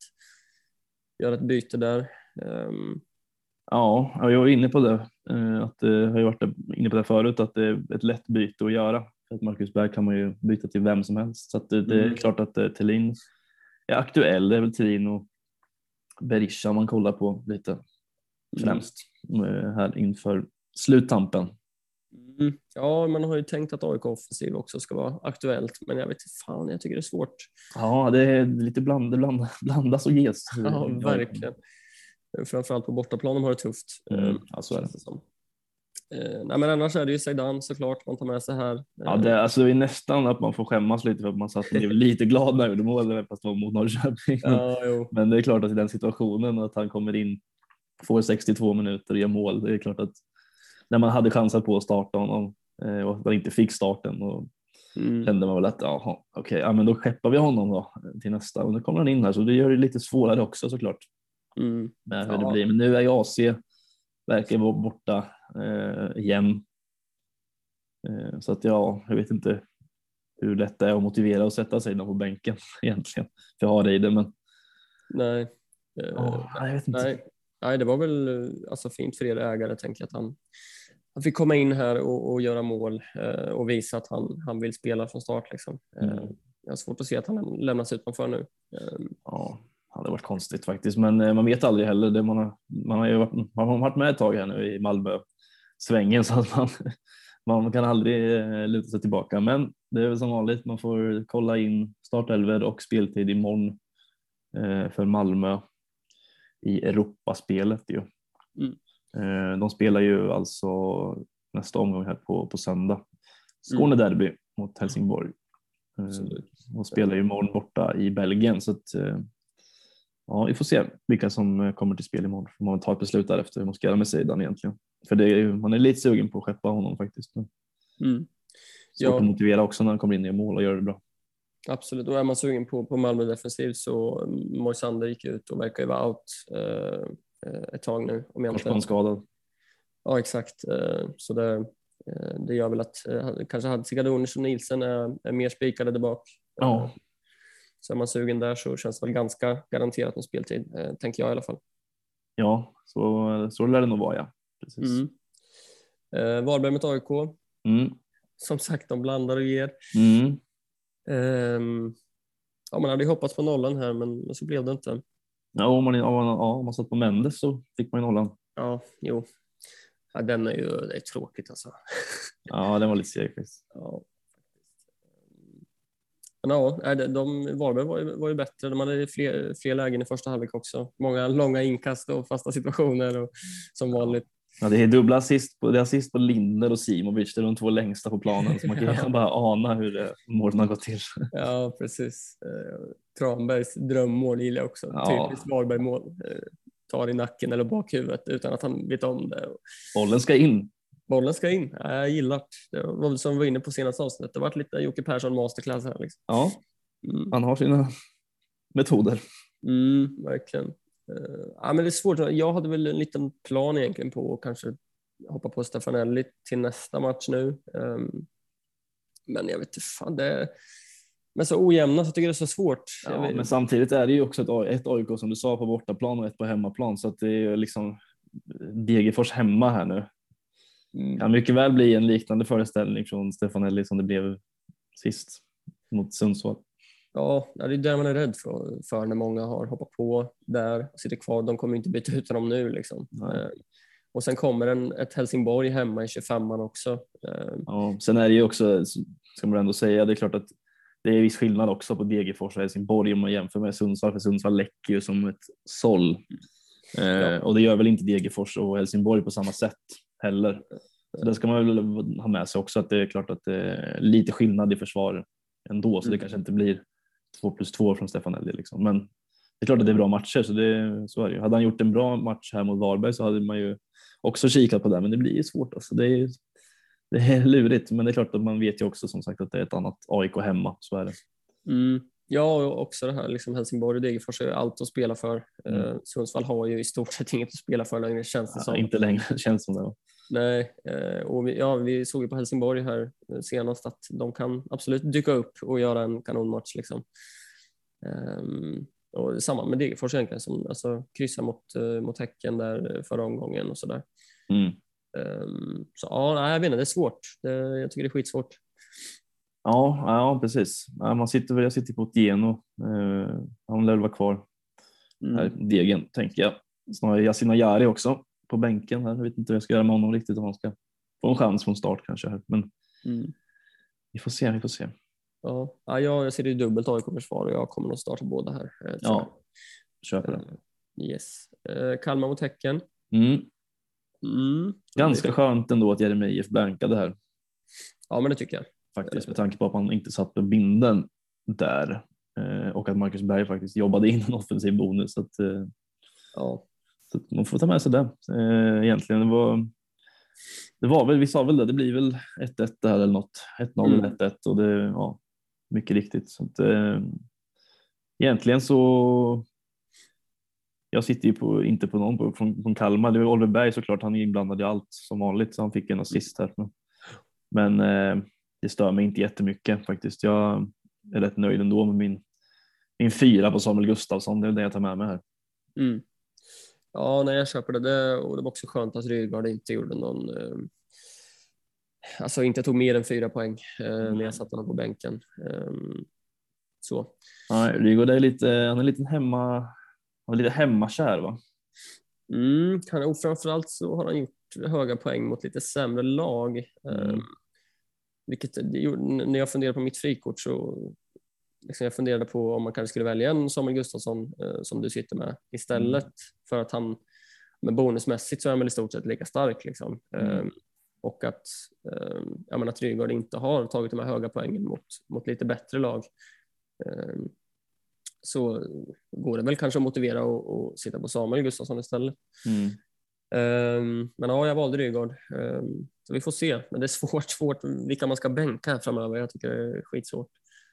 göra ett byte där. Um, Ja, jag var inne på det. eh, Att det har ju varit inne på det förut, att det är ett lätt byte att göra. För att Marcus Berg kan man ju byta till vem som helst. Så att det, det är Mm. klart att eh, Thelin är aktuell. Det är väl Thelin och Berisha man kollar på lite främst eh, här inför sluttampen. mm, ja, man har ju tänkt att A I K offensiv också ska vara aktuellt, men jag vet inte fan, jag tycker det är svårt. Ja, det är lite bland, bland, blandas och ges. Ja, verkligen. Framförallt på bortaplan de har det tufft. Mm, ja, så är det. känns det som. Eh, nej, men annars är det ju Zeidan såklart man tar med sig här. Ja, det, alltså, det är nästan att man får skämmas lite för att man satt och blev lite glad när gjorde mål, fast det var mot Norrköping. Ja, jo. Men det är klart att i den situationen att han kommer in, får sextiotvå minuter och gör mål, det är klart att när man hade chansat på att starta honom eh, och man inte fick starten, och Mm. kände man väl att jaha, okej, ja, men då skeppar vi honom då till nästa, och nu kommer han in här, så det gör det lite svårare också såklart Mm. med hur Ja. det blir. Men nu är ju A C verkar vara borta eh, igen. Eh, så att ja, jag vet inte hur lätt det är att motivera och sätta sig på bänken egentligen för att ha det i det, men Nej. Eh, oh, jag vet inte. nej. Nej, det var väl eh, alltså, fint för er ägare, tänker jag, att han, han fick komma in här och, och göra mål eh, och visa att han, han vill spela från start. Liksom. Eh, Mm. Jag har svårt att se att han lämnas utanför nu. Eh, Ja, det hade varit konstigt faktiskt, men eh, man vet aldrig heller. Det man, har, man har ju varit, man har varit med ett tag här nu i Malmö svängen, så att man, man kan aldrig eh, luta sig tillbaka. Men det är väl som vanligt. Man får kolla in startelver och speltid imorgon eh, för Malmö i Europaspelet ju. Mm. Eh, de spelar ju alltså nästa omgång här på, på söndag. Skåne derby mot Helsingborg. Absolut. De spelar ju imorgon borta i Belgien, så att, eh, ja, vi får se vilka som kommer till spel imorgon. Får man ta ett beslut därefter hur man ska göra med sidan egentligen. För det är ju, man är lite sugen på att skeppa honom faktiskt. Men Mm. svårt Ja. att motivera också när han kommer in i mål och gör det bra. Absolut, och är man sugen på, på Malmö defensivt så Moisander gick ut och verkar ju vara out eh, ett tag nu. Om jag inte... Korsbandsskadad. Ja, exakt. Eh, så det, eh, det gör väl att eh, kanske Hadzikadunic och Nielsen är, är mer spikade där bak. Ja. Eh, så är man sugen där så känns det väl ganska garanterat med speltid, eh, tänker jag i alla fall. Ja, så, så lär det nog vara, ja. Precis. Mm. Eh, Varberg mot A I K. Mm. Som sagt, de blandar och ger. Mm. Um, ja, man hade ju hoppats på nollan här, men så blev det inte. Ja, om man, om man, ja, om man satt på Mendes så fick man ju nollan. Ja, jo. Ja, den är ju det är tråkigt alltså. Ja, den var lite seg faktiskt. Ja. Men ja, de, de, Varberg var ju, var ju bättre. De hade fler, fler lägen i första halvlek också. Många långa inkast och fasta situationer och, som vanligt. Ja, det är dubbla assist på, det är assist på Linder och Simovic. Det är de två längsta på planen. Så man kan Ja. bara ana hur det, målen har gått till. Ja, precis. Eh, Tranbergs drömmål gillar jag också. Ja. Typiskt Varberg-mål. Eh, tar i nacken eller bakhuvudet utan att han vet om det. Bollen ska in. Bollen ska in. Ja, jag gillar det. Det var väl som vi var inne på senaste avsnittet. Det har varit lite Jocke Persson masterclass här. Liksom. Ja, Mm. han har sina metoder. Mm, verkligen. Uh, ja, men det är svårt. Jag hade väl en liten plan egentligen på att kanske hoppa på Stefanelli till nästa match nu. Um, men jag vet inte fan, det är... Men så ojämna så tycker jag det är så svårt. Ja, vet... men samtidigt är det ju också ett, ett A I K som du sa på bortaplan och ett på hemmaplan. Så att det är ju liksom Degerfors hemma här nu. Mm. Kan mycket väl bli en liknande föreställning från Stefanelli som det blev sist mot Sundsvall. Ja, det är det man är rädd för, för när många har hoppat på där och sitter kvar. De kommer inte byta ut dem nu. Liksom. Eh, och sen kommer en, ett Helsingborg hemma i tjugofemman också. Eh, Ja, sen är det ju också, ska man ändå säga, det är klart att det är viss skillnad också på Degerfors och Helsingborg om man jämför med Sundsvall, för Sundsvall läcker ju som ett såll. Eh, Ja. Och det gör väl inte Degerfors och Helsingborg på samma sätt heller. Så det ska man väl ha med sig också, att det är klart att det är lite skillnad i försvar ändå, så det Mm. kanske inte blir två plus två från Stefanelli liksom. Men det är klart att det är bra matcher, så, det, så är det ju. Hade han gjort en bra match här mot Varberg så hade man ju också kikat på det, men det blir ju svårt alltså. Det är, det är lurigt, men det är klart att man vet ju också som sagt att det är ett annat A I K hemma, så är det. mm. Ja, och också det här liksom Helsingborg och Degerfors har ju allt att spela för. Mm. Eh, Sundsvall har ju i stort sett inget att spela för längre, känns det Ja, som. inte längre, känns som det. Va? Nej, eh, och vi, ja, vi såg ju på Helsingborg här senast att de kan absolut dyka upp och göra en kanonmatch. Liksom. Um, och samma med Degerfors egentligen, som alltså, kryssa mot, uh, mot Häcken där förra omgången och sådär. Mm. Um, så ja, nej, jag vet inte, det är svårt. Det, jag tycker det är skitsvårt. Ja, ja, precis. Ja, man sitter, jag sitter på ett Geno. Eh, han lär väl vara kvar här, Mm. Degen, tänker jag. Snarare Yasin Ayari också på bänken här. Jag vet inte hur jag ska göra med honom riktigt, om han ska få en chans från start kanske här. Men Mm. vi får se, vi får se. Ja, ja, jag ser det i dubbelt A I K-försvar och jag kommer nog starta båda här. eh, tror Ja, köper det. jag. Yes. Eh, Kalmar mot Häcken. Mm. Mm. Ganska skönt ändå att Jeremejeff bänkade här. Ja, men det tycker jag. Faktiskt, med tanke på att man inte satt på binden där. Eh, och att Marcus Berg faktiskt jobbade in en offensiv bonus. Så att, eh, Ja. så att man får ta med sig det. Eh, egentligen, det var, det var väl, vi sa väl det, det blir väl ett ett där eller något. ett noll Mm. eller ett ett, och det, ja, mycket riktigt. Så att, eh, egentligen så, jag sitter ju på, inte på någon på, från, från Kalmar. Det var Oliver Berg såklart, han är inblandad i allt som vanligt, så han fick en assist här. Men, men eh, det stör mig inte jättemycket faktiskt. Jag är rätt nöjd ändå med min, min fyra på Samuel Gustafsson. Det är det jag tar med mig här. Mm. Ja, nej, jag köper det. det. Och det var också skönt att Rygaard inte gjorde någon... Eh, alltså inte tog mer än fyra poäng eh, när jag satte honom på bänken. Eh, så. Ja, Rygaard är lite, han är lite hemma, han är lite hemmakär, va? Mm, kan, och framförallt så har han gjort höga poäng mot lite sämre lag. Eh, Mm. vilket det gjorde, när jag funderade på mitt frikort så liksom jag funderade på om man kanske skulle välja en Samuel Gustafsson eh, som du sitter med istället mm. för att han med bonusmässigt så är han väl i stort sett lika stark liksom. Mm. Eh, och att eh, jag menar att Rygaard inte har tagit de här höga poängen mot, mot lite bättre lag. Eh, så går det väl kanske att motivera och, och sitta på Samuel Gustafsson istället. Mm. Um, men ja, jag valde Rygaard. Um, så vi får se. Men det är svårt, svårt vilka man ska bänka här framöver. Jag tycker det är skitsvårt.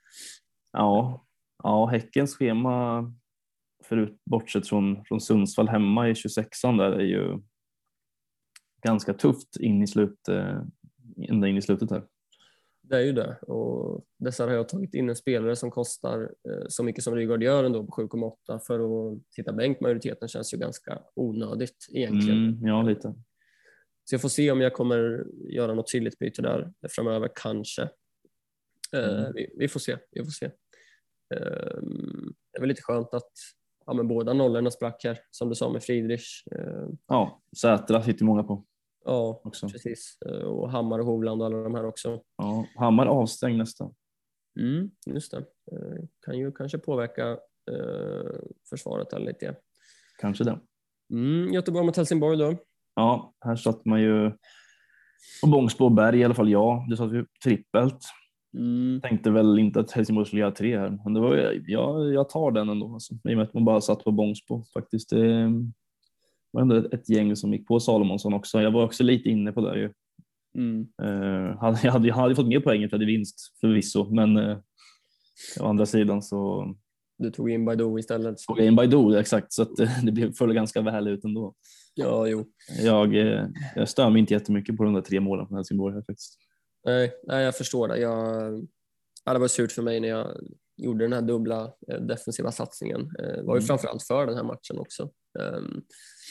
Ja, ja Häckens schema förut, bortsett från, från Sundsvall hemma i tjugosexan där är ju ganska tufft in i, slut, eh, ända in i slutet här. Det är ju det. Och dessa har jag tagit in en spelare som kostar eh, så mycket som Rygaard gör ändå på sju komma åtta för att sitta bänk. Majoriteten känns ju ganska onödigt egentligen. Mm, ja, lite. Så jag får se om jag kommer göra något tydligt byte där framöver, kanske. Eh, mm. vi, vi får se. Vi får se. Eh, det är väl lite skönt att ja, men båda nollorna sprack här, som du sa med Friedrich. Eh, ja, Sätra sitter många på. Ja, också. Precis. Och Hammar och Hovland och alla de här också. Ja, Hammar avstängd nästan. Mm, just det. Kan ju kanske påverka eh, försvaret eller lite. Kanske det. Mm, Göteborg mot Helsingborg då. Ja, här satt man ju på Bångsbo och Berg, i alla fall jag. Det satt ju trippelt. Mm. Tänkte väl inte att Helsingborg skulle göra tre här. Men det var, jag, jag tar den ändå. Alltså. I och med att man bara satt på Bångsbo faktiskt. Det var ändå ett, ett gäng som gick på Salomonsson också. Jag var också lite inne på det ju. Mm. Uh, hade, jag, hade, jag hade fått mer poäng för att det vinst förvisso. Men uh, å andra sidan så... Du tog in Baidoo istället. Tog in Baidoo, exakt. Så att, uh, det blev föll ganska väl ut ändå. Ja, jo. Jag, uh, jag stör mig inte jättemycket på de där tre målen från Helsingborg här faktiskt. Nej, nej, jag förstår det. Jag, ja, det var surt för mig när jag gjorde den här dubbla eh, defensiva satsningen. Det eh, var ju mm. framförallt för den här matchen också. Um,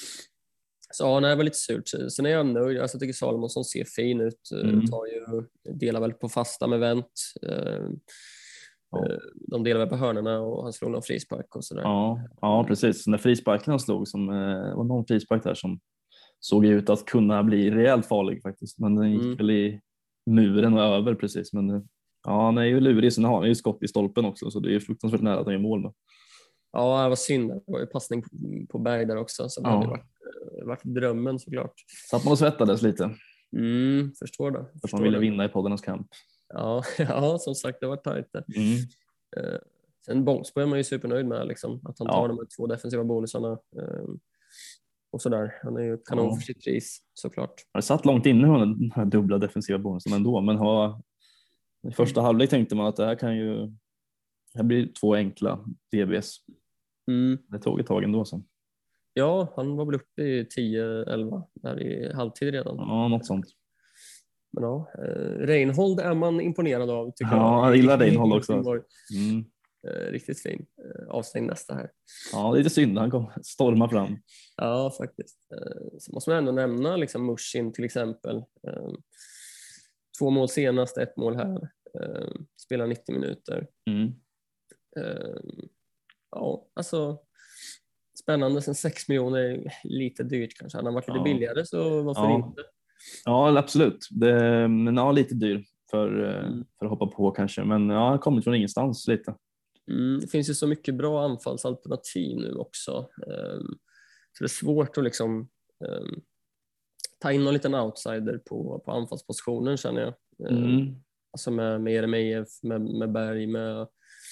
så ja, nej, det var lite surt. Sen är jag nöjd. Alltså, jag tycker Salomonsson ser fin ut. Mm. Tar ju, delar väl på fasta med Wendt. Um, ja. De delar väl på hörnorna och han slog någon frispark och sådär. Ja, ja, precis. Den där frisparken han slog, som var någon frispark där som såg ut att kunna bli rejält farlig faktiskt. Men den gick mm. väl i muren och över precis, men ja, han är ju lurig, så han har ju skott i stolpen också, så det är ju fruktansvärt nära att han gör mål då. Ja, det var synd. Det var ju passning på Berg där också, så det ja. hade varit, varit drömmen såklart. Satt man och svettades lite. Mm, förstår det. För man ville vinna i poddarnas kamp. Ja, ja, som sagt, det var tajt. Mm. Uh, sen Bångsbo är man ju supernöjd med, liksom, att han tar ja. de här två defensiva bonusarna. Uh, och sådär. Han är ju kanon ja. för sitt pris, såklart. Det satt långt inne med den här dubbla defensiva bonusen ändå, men ha, i första mm. halvlek tänkte man att det här kan ju, det här blir två enkla D B S. Mm. Det tog ett tag ändå sen. Ja, han var väl uppe i tio elva där i halvtid redan. Ja, något sånt. Men ja, eh, Reinhold är man imponerad av, tycker ja, jag. Ja, jag gillar Reinhold också. Mm. Eh, riktigt fin. Eh, avstängd nästa här. Ja, lite synd. Han kom storma fram. Ja, faktiskt. Eh, så måste man ändå nämna liksom Mushin till exempel. Eh, två mål senast, ett mål här. Eh, spelar nittio minuter. Mm. Eh, ja, alltså spännande. Sen sex miljoner, lite dyrt kanske. Hade han varit lite ja. billigare så varför ja. inte? Ja, absolut. Det, men ja, lite dyr för, mm. för att hoppa på kanske. Men ja, han kommit från ingenstans lite. Mm, det finns ju så mycket bra anfallsalternativ nu också. Um, så det är svårt att liksom um, ta in någon liten outsider på, på anfallspositionen, känner jag. Um, mm. Alltså med, med Jeremejeff, med, med Berg, med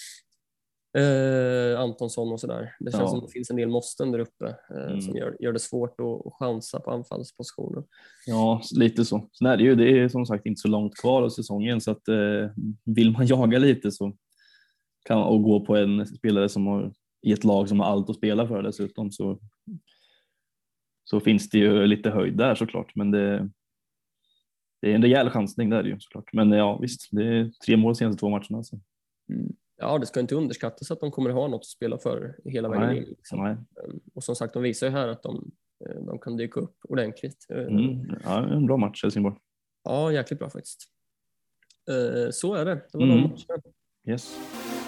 uh, Antonsson och sådär. Det känns ja. som det finns en del måsten där uppe uh, mm. som gör, gör det svårt att, att chansa på anfallspositionen. Ja, lite så. Sen är det ju, det är som sagt inte så långt kvar av säsongen, så att uh, vill man jaga lite så kan och gå på en spelare som har i ett lag som har allt att spela för dessutom, så så finns det ju lite höjd där såklart, men det, det är en rejäl chansning där ju såklart. Men ja, visst, det är tre mål senaste två matcherna alltså. Mm. Ja, det ska inte underskattas att de kommer att ha något att spela för hela vägen nej, in. Liksom. Nej. Och som sagt, de visar ju här att de, de kan dyka upp ordentligt. Mm. Ja, en bra match Helsingborg. Ja, jäkligt bra faktiskt. Så är det. Det var mm. de matcherna. Yes.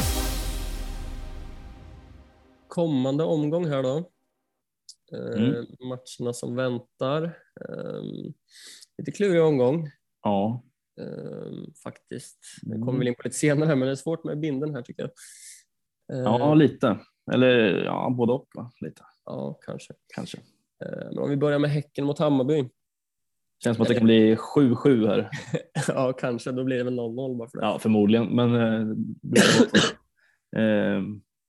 Kommande omgång här då. Mm. Eh, matcherna som väntar. Eh, lite klurig omgång. Ja. eh, faktiskt. Det Mm. kommer vi in på lite senare, men det är svårt med binden här tycker jag. Eh, Ja, lite. Eller ja, både och va? Lite, ja, kanske. kanske. Eh, men om vi börjar med Häcken mot Hammarby. Känns som att det kan bli sju sju här. Ja, kanske. Då blir det väl noll noll bara för det. Ja, förmodligen. Men, eh, eh,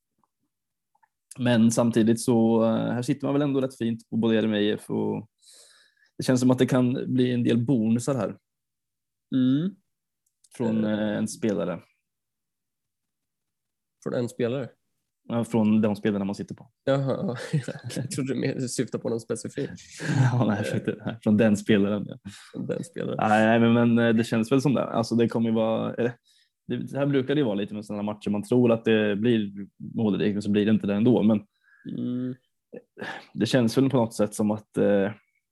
men samtidigt så eh, här sitter man väl ändå rätt fint på både Jeremejeff och det känns som att det kan bli en del bonusar här Mm. från eh, en spelare. Från en spelare? Ja, från de spelarna man sitter på. Jaha, jag trodde du mer syftade på någon specifik. Ja, nej, försökte, från den spelaren. Ja. Den spelaren. Nej, men, men det känns väl som det. Alltså det kommer ju vara... Eller, det här brukar det ju vara lite med sådana matcher. Man tror att det blir målrikt och så blir det inte det ändå. Men Mm. det känns väl på något sätt som att eh,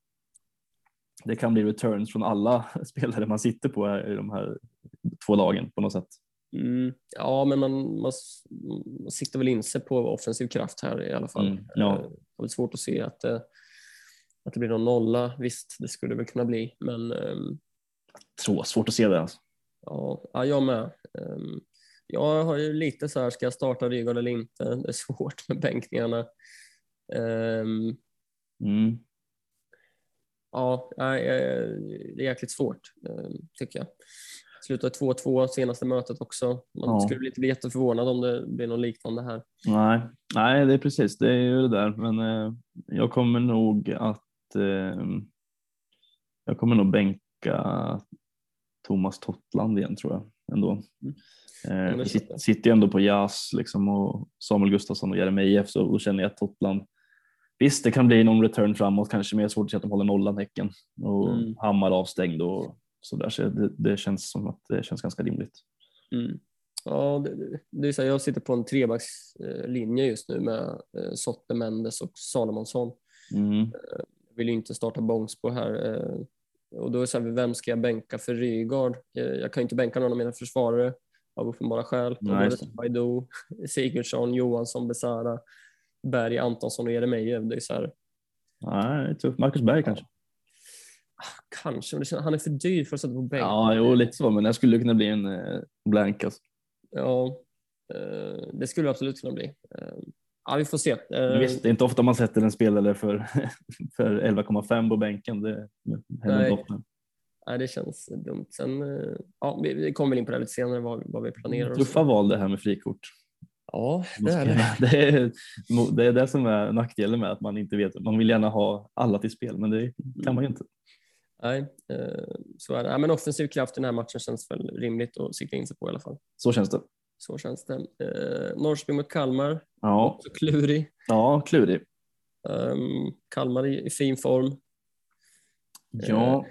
det kan bli returns från alla spelare man sitter på här, i de här två lagen på något sätt. Mm. Ja, men man, man, man siktar väl in sig på offensiv kraft här i alla fall. Mm, ja. Eh, Det är svårt att se att det, att det blir någon nolla. Visst, det skulle det väl kunna bli, men ehm, Så svårt att se det alltså. ja, ja, jag med. Ehm, Jag har ju lite så här, ska jag starta Rygaard eller inte? Det är svårt med bänkningarna. Ehm, Mm. Ja, nej, eh, det är jäkligt svårt ehm, tycker jag. Slutade två två senaste mötet också. Man Ja. skulle inte bli jätteförvånad om det blir något liknande här. Nej, nej, det är precis. Det är ju det där. Men eh, jag kommer nog att eh, jag kommer nog bänka Thomas Tottland igen tror jag ändå. Mm. Eh, det sit, köper. sitter ju ändå på Jas liksom och Samuel Gustafsson och Jeremejeff så och känner jag att Tottland visst, det kan bli någon return framåt, kanske mer svårt att se att de håller nollan Häcken och Mm. Hammar avstängd och så där. Så det, det känns som att det känns ganska rimligt. Mm. Ja, det, det, det är så här, jag sitter på en trebackslinje just nu med eh, Sotte, Mendes och Salomonsson. Mm. Jag vill ju inte starta Bångsbo här. Eh, och då är det så här, vem ska jag bänka för Rygaard? Eh, jag kan ju inte bänka någon av mina försvarare av uppenbara skäl. Och då är det så här, Baidoo, Sigurdsson, Johansson, Besara, Berg, Antonsson och Jeremejeff. Det är så här, Nej, det är tufft. Marcus Berg kanske. kanske, men det känns, han är för dyr för att sätta på bänk. Ja, jo, lite så, men det skulle kunna bli en eh, blank alltså. Ja, eh, det skulle absolut kunna bli. Eh, ja, vi får se. Men Eh, visst, det är inte ofta man sätter en spelare för, för elva komma fem på bänken. Det händer Nej. inte ofta. Nej, det känns dumt. Sen, eh, ja, vi, vi kommer väl in på det lite senare, vad, vad vi planerar. och så. Tuffa val det här med frikort. Ja, det är det. Det är, det är det som är nackdelen med att man inte vet. Man vill gärna ha alla till spel, men det kan man ju inte. Nej, eh, så är det. Ja, men offensiv kraft i den här matchen känns väl rimligt att sikta in sig på i alla fall. Så känns det. Så känns det. Eh, Norrköping mot Kalmar, Ja, också klurig. ja klurig. Um, Kalmar i, i fin form. Ja.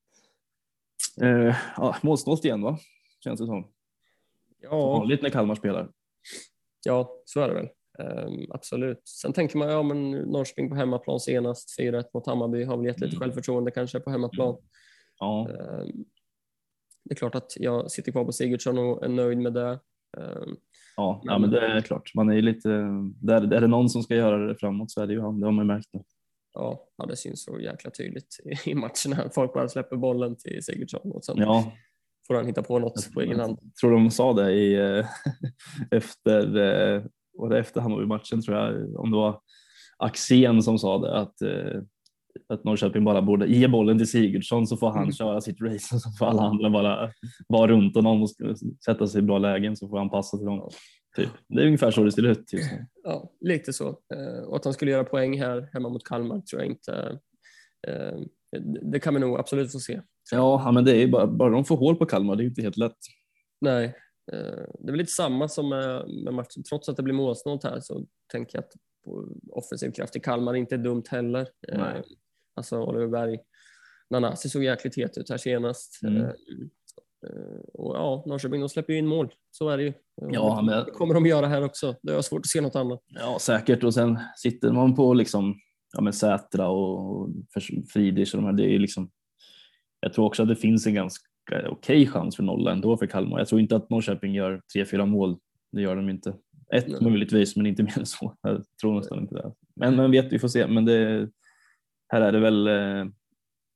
Eh, ja, målsnålt igen va? Känns det som. Som Ja, vanligt när Kalmar spelar. ja, så är det väl. Um, absolut. Sen tänker man, ja men Norrköping på hemmaplan senast, fyra ett mot Hammarby, har väl gett lite Mm. självförtroende kanske på hemmaplan. Ja, Um, det är klart att jag sitter kvar på Sigurdsson och är nöjd med det. Um, ja, ja, men det är klart. Man är ju lite, där, är det någon som ska göra det framåt så är det ju han. Det har man märkt nu. ja, ja, det syns så jäkla tydligt i, i matcherna. Folk bara släpper bollen till Sigurdsson och sen Ja, får han hitta på något på egen hand. jag tror de sa det i, eh, efter, eh, och det efter Hammarby-matchen tror jag, om det var Axén som sa det, att, eh, att Norrköping bara borde ge bollen till Sigurdsson så får han Mm. köra sitt race och så får alla andra bara vara runt honom och sätta sig i bra lägen så får han passa till dem. Typ. Det är ungefär så det ser ut. Typ. Ja, lite så. Eh, och att han skulle göra poäng här hemma mot Kalmar tror jag inte. Eh, det, det kan vi nog absolut få se. Ja, ja, men det är bara, bara de får hål på Kalmar, det är inte helt lätt. Nej, eh, det är väl lite samma som med, med matchen. Trots att det blir målsnålt här så tänker jag att på offensiv kraft i Kalmar inte är dumt heller. Eh, Nej. alltså Oliver Berg, Nanasi såg jäkligt het ut här senast. Mm. Eh, eh, och ja, Norrköping de släpper ju in mål. Så är det ju. Ja, det men- kommer de göra här också. Det är svårt att se något annat. Ja, säkert. Och sen sitter man på liksom, ja, men Sätra och Friedrich och de här. Det är ju liksom, jag tror också att det finns en ganska okej chans för nolla ändå för Kalmar. Jag tror inte att Norrköping gör tre, fyra mål. Det gör de inte. Ett Nej. möjligtvis, men inte mer än så. Jag tror nästan inte det. Men, men vet, vi får se. Men det, här är det väl, eh,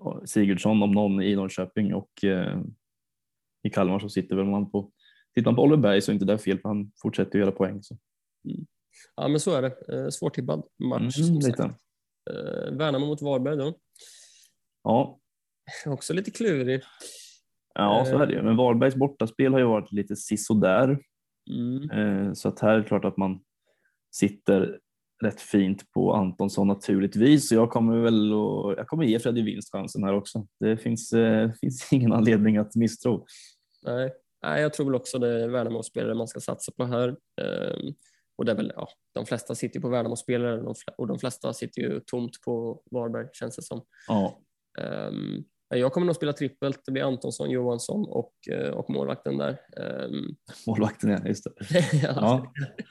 Sigurdsson om någon i Norrköping och eh, i Kalmar så sitter väl man på, tittar man på Oliver Berg så är inte det fel för han fortsätter göra poäng. Så. Mm. Ja, men så är det. Eh, svårtippad match. Mm, som lite. sagt. Eh, Värnamo mot Varberg då. Ja. Också lite klurig. Ja, så är det ju. Men Varbergs bortaspel har ju varit lite sisådär. Mm. Eh, så att här är det klart att man sitter rätt fint på Antonsson naturligtvis. Så jag kommer väl och jag kommer ge Freddy vinst chansen här också. Det finns, eh, finns ingen anledning att misstro. Nej. Nej, jag tror väl också det är Värnamo-spelare man ska satsa på här. Um, och det är väl, ja, de flesta sitter på Värnamo-spelare och de flesta sitter ju tomt på Varberg, känns det som. Ja. Um, jag kommer nog spela trippelt. Det blir Antonsson, Johansson och, och målvakten där. Um, målvakten, ja, just det. ja.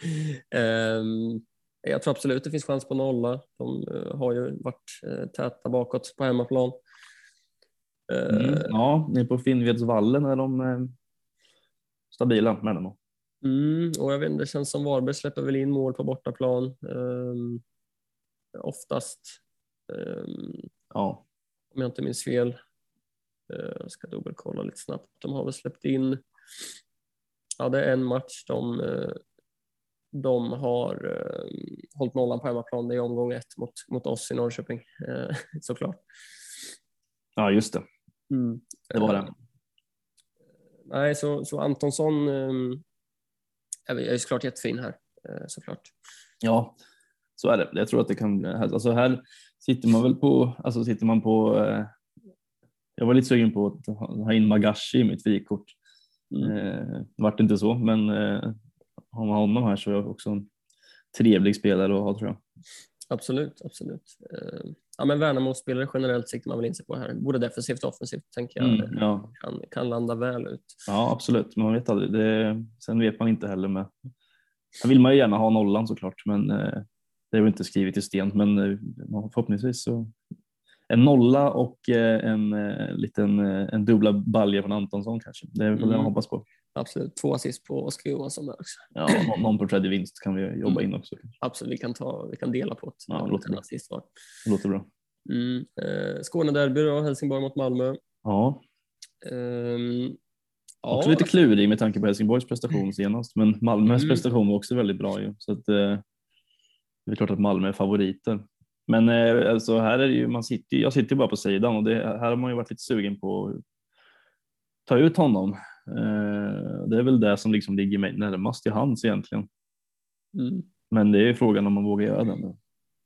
um, jag tror absolut det finns chans på nolla. De uh, har ju varit uh, täta bakåt på hemmaplan. Uh, mm, ja, ni på Finnvedsvallen är de uh, stabila med dem. Mm, och jag vet inte, det känns som Varberg släpper väl in mål på bortaplan. Um, oftast. Um, ja. Om jag inte minns fel. Uh, jag ska dubbelkolla lite snabbt. De har väl släppt in. Ja, det är en match de, uh, de har uh, hållit nollan på hemmaplan. Det är omgång ett mot, mot oss i Norrköping. Uh, såklart. Ja, just det. Mm. Det var det. Uh, nej, så, så Antonsson um, är ju såklart jättefin här, såklart. Ja, så är det. Jag tror att det kan, alltså här sitter man väl på, alltså sitter man på, jag var lite sugen på att ha in Magashi i mitt frikort. Mm. Eh, vart inte så, men eh, har man honom här så är jag också en trevlig spelare att ha, tror jag. Absolut, absolut. Eh, ja, men Värnamo-spelare generellt siktar man väl in sig på här. Både defensivt och offensivt, tänker jag. Mm, ja. kan, kan landa väl ut. Ja, absolut. Man vet aldrig. Det, sen vet man inte heller med. Sen vill man ju gärna ha nollan såklart, men eh, det är väl inte skrivet i sten. Men eh, förhoppningsvis så en nolla och eh, en eh, liten en dubbla balja från Antonsson kanske. Det är väl mm. det jag hoppas på. Absolut. Två assist på Oskar Johansson där också. Ja, någon, någon på tredje vinst kan vi jobba mm. in också. Absolut, vi kan, ta, vi kan dela på det. Ja, låter bra. Assist var. Det låter bra. Mm. Eh, Skånederby då, Helsingborg mot Malmö. Ja. Um, också ja, lite klurig med tanke på Helsingborgs prestation senast, men Malmös mm. prestation var också väldigt bra ju. Så att, eh, det är klart att Malmö är favoriter. Men eh, alltså här är det ju, man sitter, jag sitter ju bara på sidan och det, här har man ju varit lite sugen på att ta ut honom. Eh, det är väl det som liksom ligger mig närmast i hands egentligen. Mm. Men det är ju frågan om man vågar göra det nu.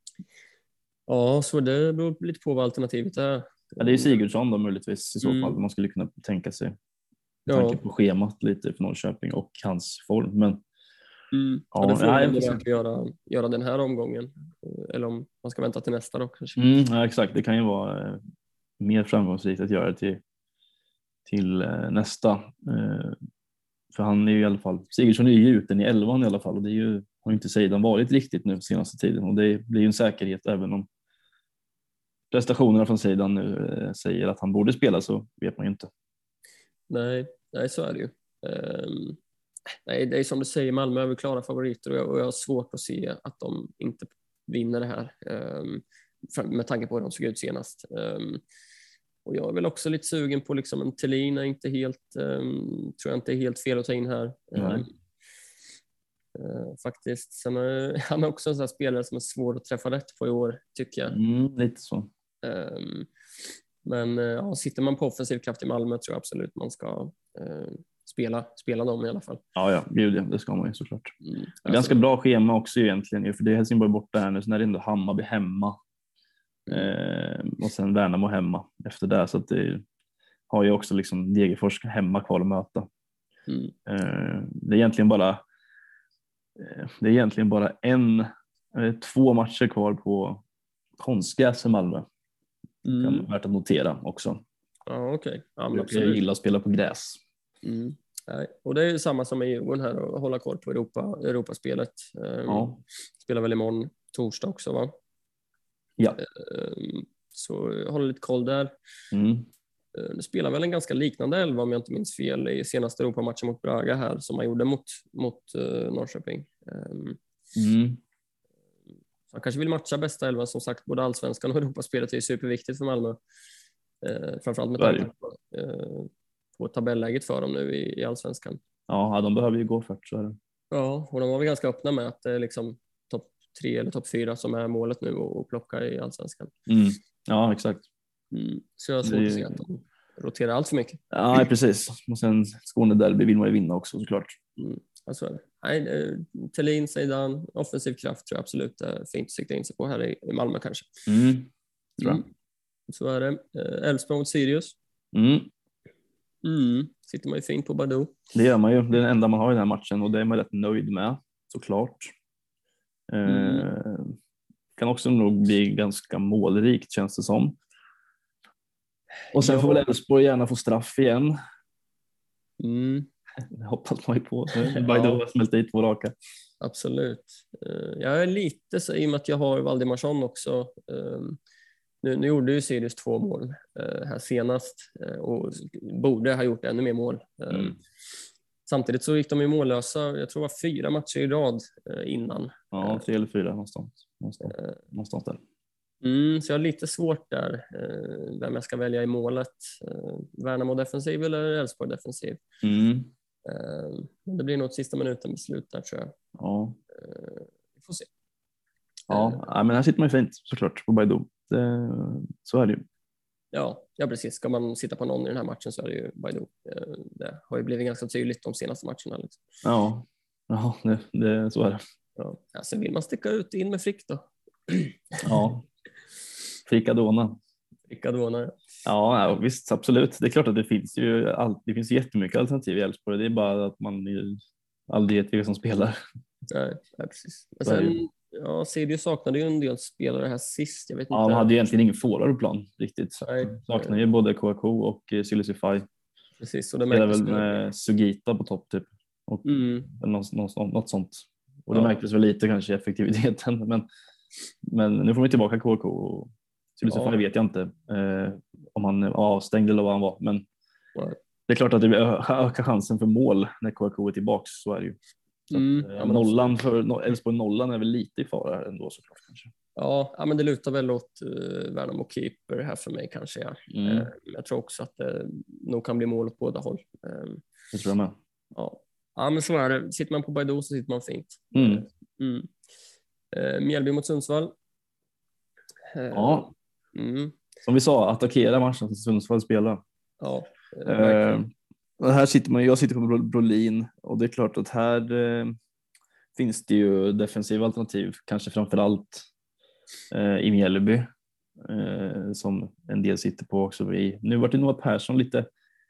Ja, så det beror lite på vad alternativet är. Ja, det är Sigurdsson då möjligtvis i så mm. fall. Man skulle kunna tänka sig. Med ja. tanke på schemat lite för Norrköping och hans form. Men mm. ja, ja, det får man värt att göra, göra den här omgången. Eller om man ska vänta till nästa då kanske. Mm, ja, exakt. Det kan ju vara eh, mer framgångsrikt att göra det till, till eh, nästa. Eh, för han är ju i alla fall, Sigurdsson är ju gjuten i elvan i alla fall. Och det är ju, har inte Seidan varit riktigt nu senaste tiden. Och det blir ju en säkerhet även om prestationerna från Seidan nu eh, säger att han borde spela, så vet man ju inte. Nej, nej så är det ju. Um, nej, det är som du säger, Malmö är väl klara favoriter och jag, och jag har svårt att se att de inte vinner det här um, med tanke på hur de såg ut senast. Um, och jag är väl också lite sugen på liksom en Thelin, är inte helt, um, tror jag inte är helt fel att ta in här. Um, uh, faktiskt. Sen är han är också en sån här spelare som är svår att träffa rätt på i år, tycker jag. Mm, lite så. Um, men ja, sitter man på offensiv kraft i Malmö tror jag absolut man ska uh, spela, spela dem i alla fall. Ja, ja, gud, det ska man ju såklart. Mm, alltså. Ganska bra schema också egentligen, för det är Helsingborg borta här nu, så när det ändå Hammarby hemma mm. eh, och sen Värnamo hemma efter det, så att det har ju också liksom Degerfors hemma kvar att möta. Mm. Eh, det är egentligen bara eh, det är egentligen bara en eh, två matcher kvar på konstgräs i Malmö. Mm. Kan värt att notera också. Ja, okej. Okay. Ja, men jag gillar att spela på gräs. Mm. Nej. Och det är ju samma som i Djurgården här, att hålla koll på Europa, Europaspelet. Ja. Spelar väl imorgon torsdag också, va? Ja. Så hålla lite koll där. Mm. Det spelar väl en ganska liknande elva om jag inte minns fel i senaste Europamatchen mot Braga här som man gjorde mot, mot uh, Norrköping. Mm. Man kanske vill matcha bästa elvan, som sagt, både allsvenskan och Europaspelet är superviktigt för Malmö. Eh, framförallt med Så är det tanke på, eh, på tabelläget för dem nu i, i allsvenskan. Ja, de behöver ju gå för så är det. Ja, och de var väl ganska öppna med att det är liksom topp tre eller topp fyra som är målet nu och, och plocka i allsvenskan. Mm. Ja, exakt. Mm. Så jag har svårt Det- att se att de roterar allt för mycket. Ja, precis. Och sen Skåne-derby vill man ju vinna också såklart. Mm. Alltså, är det. Nej, eh, Thelin, Zeidan, offensiv kraft tror jag absolut är fint att sikta in sig på här i, i Malmö kanske. Mm. Tror jag. Mm. Så är det. Eh, Elfsborg mot Sirius. Mm. Mm. Sitter man ju fint på Badoo. Det gör man ju. Det är den enda man har i den här matchen och det är man rätt nöjd med såklart. Mm. Eh, kan också nog bli ganska målrikt känns det som. Och sen Ja. får väl Elfsborg gärna få straff igen. Mm. Det hoppas man ju på. Ja. Baidoo har smält dit två raka. Absolut. Eh, Jag är lite så i och med att jag har Valdimarsson också. eh, Nu, nu gjorde ju Sirius två mål eh, här senast eh, och borde ha gjort ännu mer mål. Eh, Mm. Samtidigt så gick de ju mållösa, jag tror det var fyra matcher i rad eh, innan. Ja, tre eller fyra någonstans. Någonstans, Eh, någonstans där. Mm, så jag har lite svårt där eh, vem jag ska välja i målet. Eh, Värnamo defensiv eller Elfsborg defensiv. Mm. Eh, men det blir nog ett sista minuten beslut där tror jag. Ja, Eh, vi får se. ja. ja, men här sitter man ju fint såklart på Baidoo. Det, så är det ju. Ja, ja, precis. Ska man sitta på någon i den här matchen så är det ju Baidoo. Eh, Det har ju blivit ganska tydligt de senaste matcherna. Liksom. Ja, ja det, det, så är det. Ja. Ja, sen vill man sticka ut in med Frick då. Ja. Frikadona. Frickadona. Ja, ja, visst, absolut. Det är klart att det finns ju all, det finns jättemycket alternativ i Elfsborg. Det är bara att man ju aldrig vet vilka som spelar. Nej, nej, precis. Men Så är det sen, ja, Sirius saknade ju en del spelare här sist. Jag vet Ja, inte. de hade ju egentligen ingen forwardplan riktigt. Nej. Saknar ju både K A K och eh, Sylisify. Precis, och det Spelar märktes väl med Sugita på topp typ. Och, Mm. eller något, något, något sånt. Och det Ja. märktes väl lite kanske i effektiviteten. Men, men nu får vi tillbaka K A K. Och Sylisify Ja. vet jag inte eh, om han är avstängd eller vad han var. Men Nej. det är klart att det ökar chansen för mål när K A K är tillbaka. Så är det ju. Så Mm. att, eh, Ja, men nollan för Elfsborg nollan är väl lite i fara här ändå såklart kanske. Ja, ja, men det lutar väl åt uh, Värnamo keeper här för mig kanske. Ja. Mm. Eh, jag tror också att det nog kan bli mål åt båda håll. Eh, Det tror jag med. ja. ja, men så är det. Sitter man på Baidoo så sitter man fint. Mm. Mm. Eh, Mjällby mot Sundsvall. Eh, Ja, Mm. som vi sa, attackera matchen som Sundsvall spelar. Ja, eh, verkligen. Eh, och här sitter man, jag sitter på Bro- Brolin och det är klart att här eh, finns det ju defensiva alternativ, kanske framförallt eh, i Mjällby eh, som en del sitter på också. I, nu var det Noah Persson lite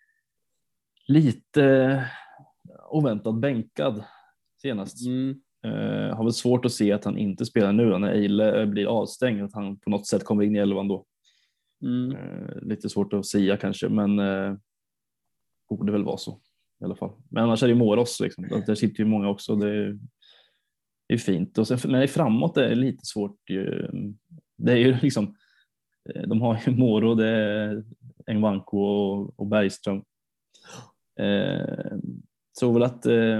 lite oväntat bänkad senast. Mm. Eh, har väl svårt att se att han inte spelar nu då, när Eile blir avstängd, att han på något sätt kommer in i elvan då. Mm. Eh, lite svårt att säga kanske, men eh, borde väl vara så i alla fall. Men annars är det ju Moros liksom. Där sitter ju många också. Det är, det är fint. Och sen när det är framåt det är lite svårt. Ju, det är ju liksom, de har ju Moro, det är Engvanko och, och Bergström. Eh, så väl att eh,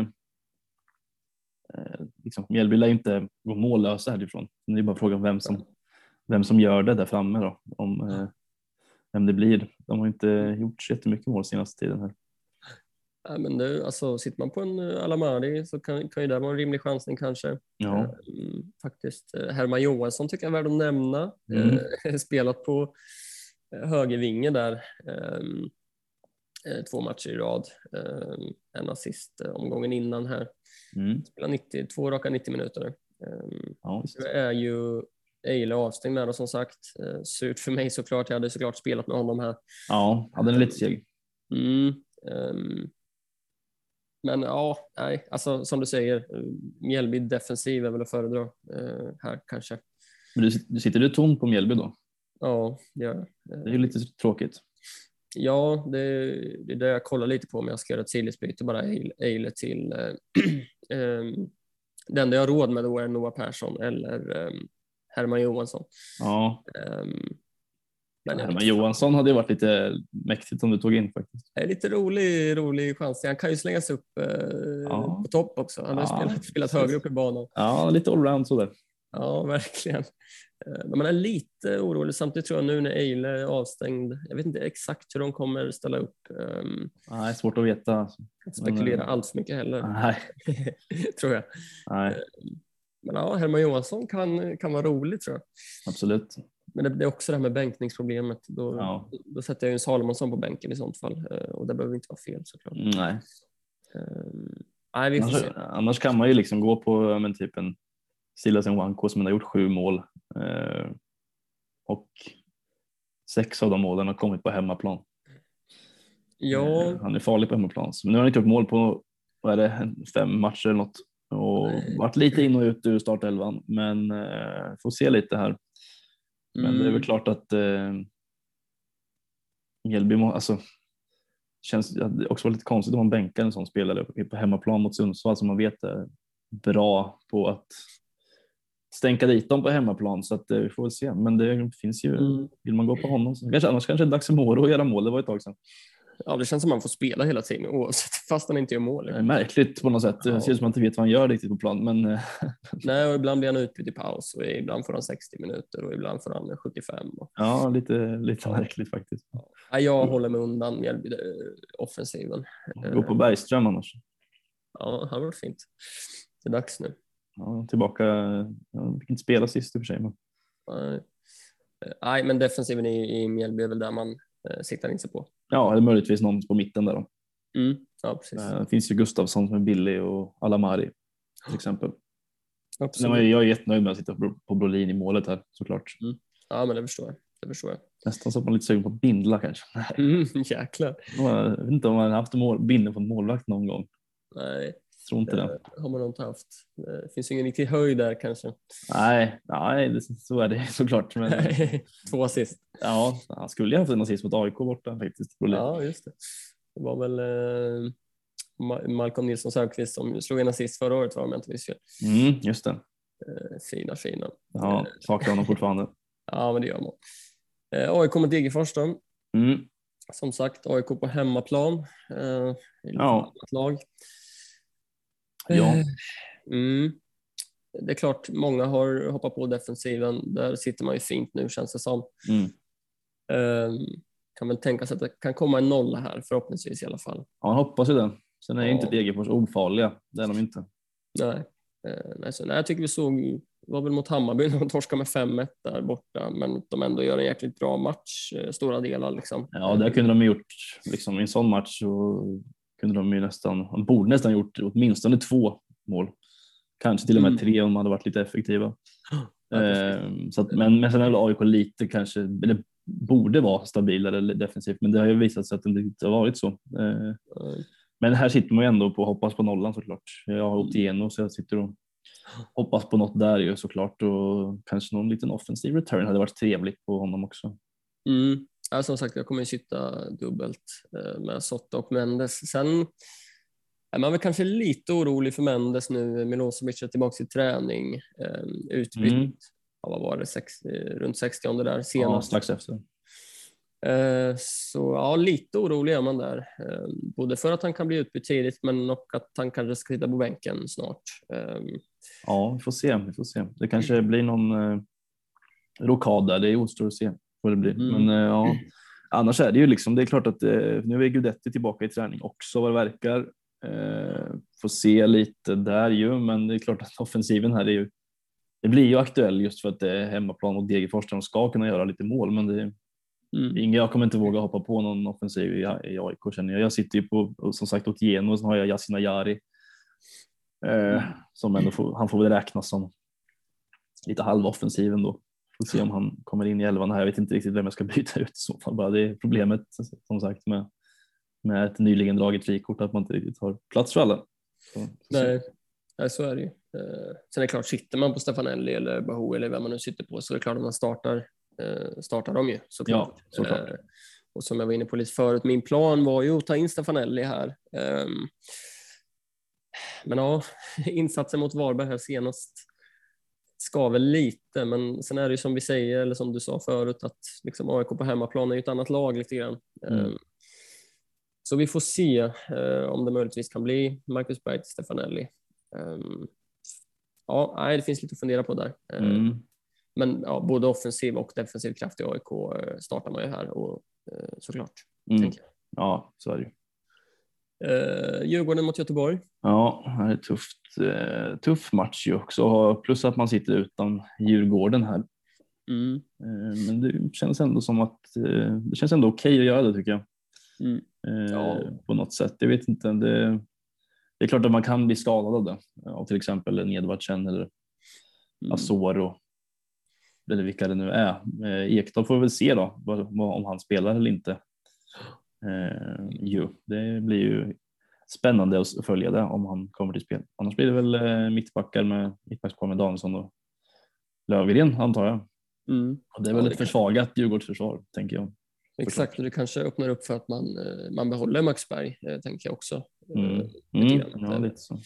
liksom, Mjällby lär inte gå mållösa härifrån. Det är bara frågan vem som, vem som gör det där framme då. Om, eh, vem det blir. De har inte gjort så jättemycket mål senaste tiden här. Ja, men det, alltså, sitter man på en uh, Alamari så kan, kan ju det vara en rimlig chansning kanske. Ja. Mm, faktiskt. Uh, Herman Johansson tycker jag är värd att nämna. Mm. Uh, spelat på uh, högervinge där. Um, uh, två matcher i rad. Um, en assist uh, omgången innan här. Mm. Spelar nittio, två raka nittio minuter. Um, Ja, visst. det är ju Eile avstängd där och som sagt. Uh, surt för mig såklart. Jag hade såklart spelat med honom här. Ja, ja, den är lite seg. Mm, um, men ja, nej, alltså som du säger, Mjällby defensiv är väl att föredra uh, här kanske. Men du, du sitter du tom på Mjällby då? Ja, det gör jag. Det är ju lite tråkigt. Ja, det, det är det jag kollar lite på om jag ska göra ett sidledsbyte, bara Eile till uh, um, det enda jag har råd med då är Noah Persson eller um, Herman Johansson. Ja. Um, men jag Herman Johansson hade ju varit lite mäktigt om du tog in faktiskt. Det är lite rolig, rolig chans. Han kan ju slängas upp eh, Ja. på topp också. Han har Ja. spelat, spelat högre upp i banan. Ja, lite allround sådär. Ja, verkligen. Men man är lite orolig. Samtidigt tror jag nu när Eile är avstängd, jag vet inte exakt hur de kommer ställa upp. Um, Nej, svårt att veta. Att spekulera men, allt för mycket heller. Nej. tror jag. Nej. Men ja, Herman Johansson kan, kan vara rolig tror jag. Absolut. Men det, det är också det här med bänkningsproblemet. Då, ja. då sätter jag ju en Salomonsson på bänken i sånt fall. Och det behöver inte vara fel såklart. Nej. Um, nej, vi får annars, se. annars kan man ju liksom gå på men, typ en Silas Nwankwo som har gjort sju mål. Eh, och sex av de målen har kommit på hemmaplan. Ja. Eh, han är farlig på hemmaplan. Men nu har han inte gjort mål på vad är det, fem matcher eller något. Och Nej. varit lite in och ut ur startelvan. Men eh, får se lite här. Men mm. det är väl klart att eh, Mjällby må, alltså, känns det också var lite konstigt om man bänkar en sån spelare på hemmaplan mot Sundsvall som man vet är bra på att stänka dit dem på hemmaplan, så att eh, vi får väl se. Men det finns ju, mm. vill man gå på honom så kanske, annars kanske det är dags för Moro att göra mål, det var ett tag sedan. Ja, det känns som man får spela hela tiden oavsett fast han inte gör mål. Det är märkligt på något sätt. Det ser ut som man inte vet vad han gör riktigt på plan. Men... Nej, och ibland blir han utbytt i paus och ibland får han sextio minuter och ibland får han sjuttiofem. Och... Ja, lite, lite märkligt faktiskt. Ja, jag håller mig undan Mjällby offensiven. Gå på Bergström annars. Ja, det har varit fint. Det är dags nu. Ja, tillbaka. Jag fick inte spela sist i och för sig. Men... Nej. Nej, men defensiven i, i Mjällby är väl där man eh, siktar in sig på. Ja, eller möjligtvis någon på mitten där då. Mm. Ja, precis. Det finns ju Gustafsson som är billig och Alamari till exempel. Absolut. Jag är jättenöjd med att sitta på Brolin i målet här såklart. Mm. Ja, men det förstår jag. Det förstår jag. Nästan så att man lite sugen på bindla kanske. Mm, jäklar. Jag vet inte om man har haft mål, binden på målvakt någon gång. Nej. Tror inte det. det har man nog inte haft. Det finns ingen riktig höjd där kanske. Nej, nej det, så är det såklart. Men... Två assist. Ja, han skulle ju haft en assist mot A I K borta faktiskt. Ja, just det. Det var väl eh, Malcolm Nilsson Söderqvist som slog en assist förra året, var om jag inte visste. Mm, just det. Eh, fina, fina. Ja, saknar honom fortfarande. Ja, men det gör man. Eh, A I K mot Degerfors då. Mm. Som sagt, A I K på hemmaplan. Eh, ja. Lag. Ja. Mm. Det är klart, många har hoppat på defensiven. Där sitter man ju fint nu, känns det som. Mm. Um, kan väl tänka sig att det kan komma en nolla här, förhoppningsvis i alla fall. Ja, man hoppas ju det. Sen är ju ja. inte Degerfors ofarliga. Det är de inte. Nej. Uh, nej, så, nej, jag tycker vi såg, det var väl mot Hammarby när de torskade med fem ett där borta. Men de ändå gör en jäkligt bra match, uh, stora delar liksom. Ja, det kunde de ha gjort liksom, i en sån match. Så kunde de ju nästan, de borde nästan gjort åtminstone två mål. Kanske till och med mm. tre om de hade varit lite effektiva. Ja, eh, så att, men, men sen är väl A I K lite kanske, eller borde vara stabilare defensivt, men det har ju visat sig att det inte har varit så. Eh, mm. Men här sitter man ju ändå på hoppas på nollan såklart. Jag har åkt igenom så jag sitter och hoppas på något där ju såklart, och kanske någon liten offensiv return hade varit trevligt på honom också. Mm. Ja, som sagt, jag kommer ju sitta dubbelt med Sotta och Mendes. Sen är man väl kanske lite orolig för Mendes nu. Milosevic är tillbaka i träning. Utbytt, mm. ja, vad var det, Sex, runt sextio där senast. Ja, strax efter. Så ja, lite orolig är man där. Både för att han kan bli utbytt tidigt, men och att han kanske ska sitta på bänken snart. Ja, vi får se. Vi får se. Det kanske blir någon rokad där. Det är ostort att se vad det blir. Mm. Men ja, annars är det ju liksom, det är klart att nu är Gudetti tillbaka i träning också vad det verkar. Eh, får se lite där ju, men det är klart att offensiven här är ju, det blir ju aktuell just för att det är hemmaplan mot Degerfors där de ska kunna göra lite mål, men det är mm. ingen, jag kommer inte våga hoppa på någon offensiv i, i A I K känner jag. Jag sitter ju på, som sagt, åt Geno, och så har jag Yasin Ayari eh, mm. som ändå får, han får väl räknas som lite halvoffensiv ändå. Får se om han kommer in i elvan här. Jag vet inte riktigt vem jag ska byta ut i så fall, bara det är problemet som sagt med med ett nyligen draget frikort att man inte riktigt har plats för alla. Så, så. Nej, nej, så är det ju. Eh, sen är det klart, sitter man på Stefanelli eller Bahou eller vem man nu sitter på, så är det klart att man startar, eh, startar dem ju. Såklart. Ja, såklart. Eh, och som jag var inne på lite förut, min plan var ju att ta in Stefanelli här. Eh, men ja, insatsen mot Varberg här senast ska väl lite, men sen är det ju som vi säger, eller som du sa förut, att liksom A I K på hemmaplan är ju ett annat lag lite grann. Mm. Eh, Så vi får se eh, om det möjligtvis kan bli Marcus Berg till Stefanelli. Um, ja, nej, det finns lite att fundera på där. Mm. men ja, både offensiv och defensiv kraft i A I K startar man ju här och såklart. Mm. Tänker jag. Ja, så är det ju. Uh, Djurgården mot Göteborg. Ja, det är tufft. Uh, tuff match ju också. Plus att man sitter utan Djurgården här. Mm. Uh, men det känns ändå som att uh, det känns ändå okej att göra det, tycker jag. Mm. Uh, Ja. På något sätt. Jag vet inte. Det, det är klart att man kan bli skadad av det. Av till exempel Nedvardsen eller Mm. Asoro. Eller vilka det nu är. Uh, Ekdal får väl se då vad, vad, om han spelar eller inte. Uh, jo, det blir ju spännande att följa det om han kommer till spel. Annars blir det väl uh, mittbackar med mittbackspar med Danielsson och Löfgren, antar jag. Mm. Och det är väl Ja, ett det kan... försvagat Djurgårdsförsvar, tänker jag. Exakt, och det kanske öppnar upp för att man, man behåller Max Berg, tänker jag också. Mm. Uh, Mm. Ja, lite så.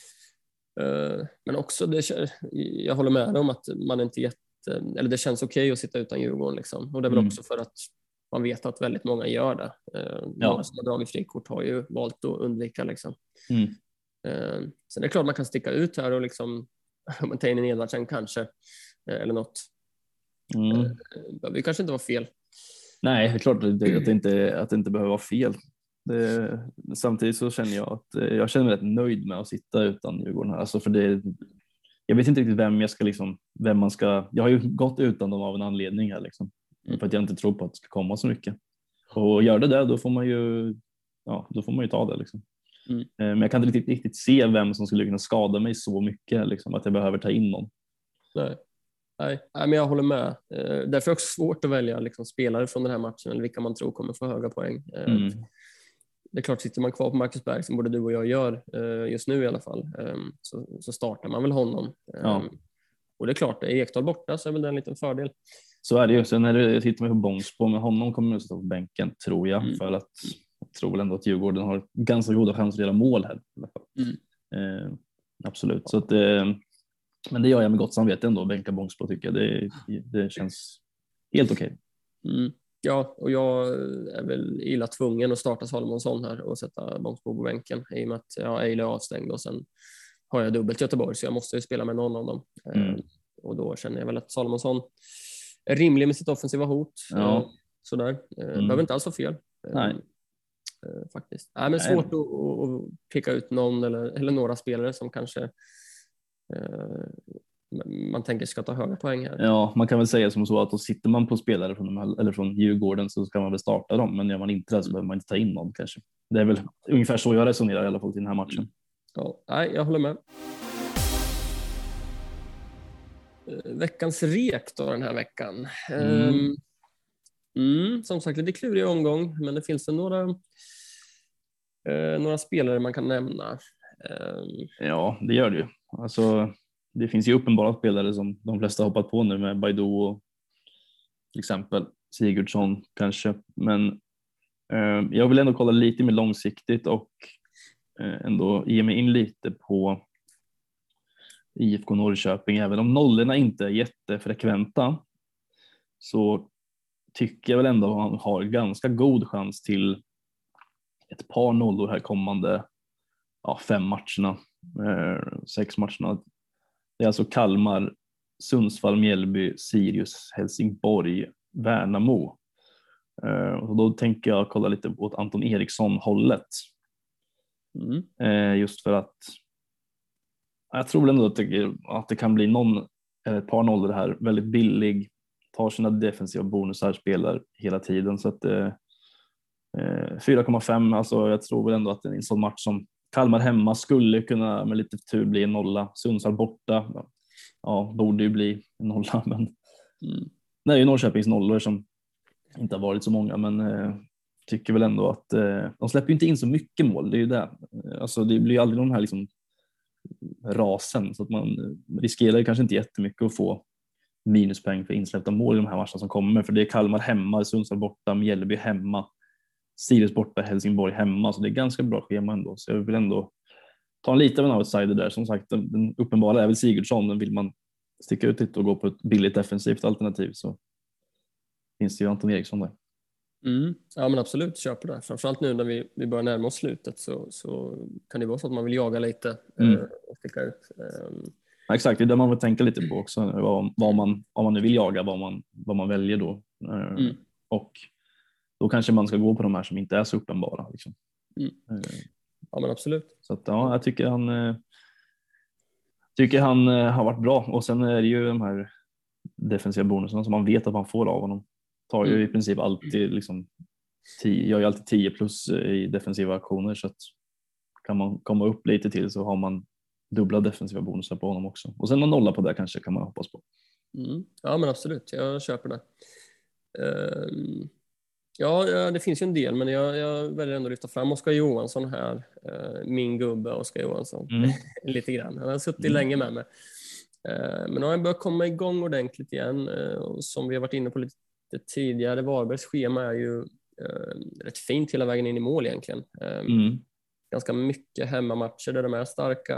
Uh, men också, det, jag håller med om att man inte jätte, eller det känns okej okay att sitta utan Djurgården liksom. Och det är väl Mm. också för att man vet att väldigt många gör det. Uh, Ja. Många som har dragit frikort har ju valt att undvika liksom. Mm. Uh, sen är det klart man kan sticka ut här och liksom ta in en Edvardsen kanske, uh, eller något. Mm. Uh, det behöver kanske inte vara fel. Nej, det är klart att det, att det, inte, att det inte behöver vara fel. Det, samtidigt så känner jag att jag känner mig rätt nöjd med att sitta utan Djurgården här. Alltså för det, jag vet inte riktigt vem jag ska liksom, vem man ska, jag har ju gått utan dem av en anledning här liksom. För att jag inte tror på att det ska komma så mycket. Och gör det där, då får man ju, ja, då får man ju ta det liksom. Mm. Men jag kan inte riktigt, riktigt se vem som skulle kunna skada mig så mycket liksom, att jag behöver ta in någon. Nej. Nej, men jag håller med. Därför är det också svårt att välja liksom spelare från den här matchen eller vilka man tror kommer få höga poäng. Mm. Det är klart, sitter man kvar på Marcus Berg som både du och jag gör just nu i alla fall, så, så startar man väl honom. Ja. Och det är klart, är Ekdal borta så är väl det en liten fördel. Så är det ju. Sen när du tittar på Bångsbo, med honom kommer att stå på bänken, tror jag. Mm. För att jag tror väl ändå att Djurgården har ganska goda chanser att göra mål här. I alla fall. Mm. Eh, absolut. Så att, eh, men det gör jag med gott samvete ändå, bänka Bångsbo, tycker jag. Det, det känns helt okej. Okay. Mm. Ja, och jag är väl illa tvungen att starta Salomonsson här och sätta Bångsbo på bänken i och med att jag är avstängd och sen har jag dubbelt Göteborg så jag måste ju spela med någon av dem. Mm. Eh, och då känner jag väl att Salomonsson är rimlig med sitt offensiva hot. Ja. Eh, sådär. Eh, Mm. Behöver inte alls vara fel. Eh, Nej. Eh, faktiskt. Nej, men svårt att, att, att peka ut någon eller, eller några spelare som kanske eh, man tänker ska ta höga poäng här. Ja, man kan väl säga som så att då sitter man på spelare från, de, eller från Djurgården så ska man väl starta dem, men gör man inte det så behöver man inte ta in någon kanske. Det är väl ungefär så jag resonerar i alla fall till den här matchen. Ja, nej, jag håller med. Veckans rek då den här veckan. Mm. Um, mm, som sagt, lite klurig omgång, men det finns det några, uh, några spelare man kan nämna. Um, ja, det gör det ju. Alltså, det finns ju uppenbara spelare som de flesta har hoppat på nu med Baidoo och till exempel Sigurdsson kanske. Men uh, jag vill ändå kolla lite mer långsiktigt och uh, ändå ge mig in lite på I F K Norrköping. Även om nollorna inte är jättefrekventa så tycker jag väl ändå att han har ganska god chans till ett par nollor här kommande ja, fem matcherna, eh, sex matcherna. Det är alltså Kalmar, Sundsvall, Mjällby, Sirius, Helsingborg, Värnamo. Eh, och då tänker jag kolla lite åt Anton Eriksson-hållet. mm. Eh, just för att jag tror ändå att det, att det kan bli någon eller ett par nollor här. Väldigt billig, tar sina defensiva bonusar, spelar hela tiden. Så att eh, fyra komma fem, alltså jag tror väl ändå att en sån match som Kalmar hemma skulle kunna med lite tur bli en nolla. Sundsvall borta, ja, borde ju bli en nolla. Men mm. det är ju Norrköpings nollor som inte har varit så många, men eh, tycker väl ändå att eh, de släpper ju inte in så mycket mål. Det är ju det. Alltså det blir ju aldrig de här liksom rasen, så att man riskerar kanske inte jättemycket att få minuspoäng för insläppta mål i de här matcherna som kommer, för det är Kalmar hemma, Sundsvall borta, Mjällby hemma, Sirius borta, Helsingborg hemma, så det är ganska bra schema ändå, så jag vill ändå ta en lite av en outsider där. Som sagt, den uppenbara är väl Sigurdsson, men vill man sticka ut lite och gå på ett billigt defensivt alternativ så finns det ju Anton Eriksson där. Mm. Ja, men absolut, köper det. Framförallt nu när vi, vi börjar närma oss slutet så, så kan det vara så att man vill jaga lite mm. eh, och sticka ut. Um, exakt, det är det man vill tänka lite på också. Vad, vad man, om man nu vill jaga, vad man, vad man väljer då. Mm. Och då kanske man ska gå på de här som inte är så uppenbara. Liksom. Mm. Ja, men absolut. Så att, ja, jag tycker han, tycker han har varit bra. Och sen är det ju de här defensiva bonusarna som man vet att man får av honom. Tar ju Mm. i princip alltid liksom tio, jag är ju alltid tio plus i defensiva aktioner, så att kan man komma upp lite till så har man dubbla defensiva bonusar på honom också. Och sen någon nolla på det kanske kan man hoppas på. Mm. Ja, men absolut. Jag köper det. Um, ja, ja, det finns ju en del, men jag, jag väljer ändå att lyfta fram Oskar Johansson här. Uh, min gubbe Oskar Johansson. Mm. Lite grann. Han har suttit Mm. länge med mig. Uh, men nu har han börjat komma igång ordentligt igen. Uh, och som vi har varit inne på lite tidigare, Varbergs schema är ju uh, rätt fint hela vägen in i mål egentligen. Um, Mm. Ganska mycket hemmamatcher där de är starka.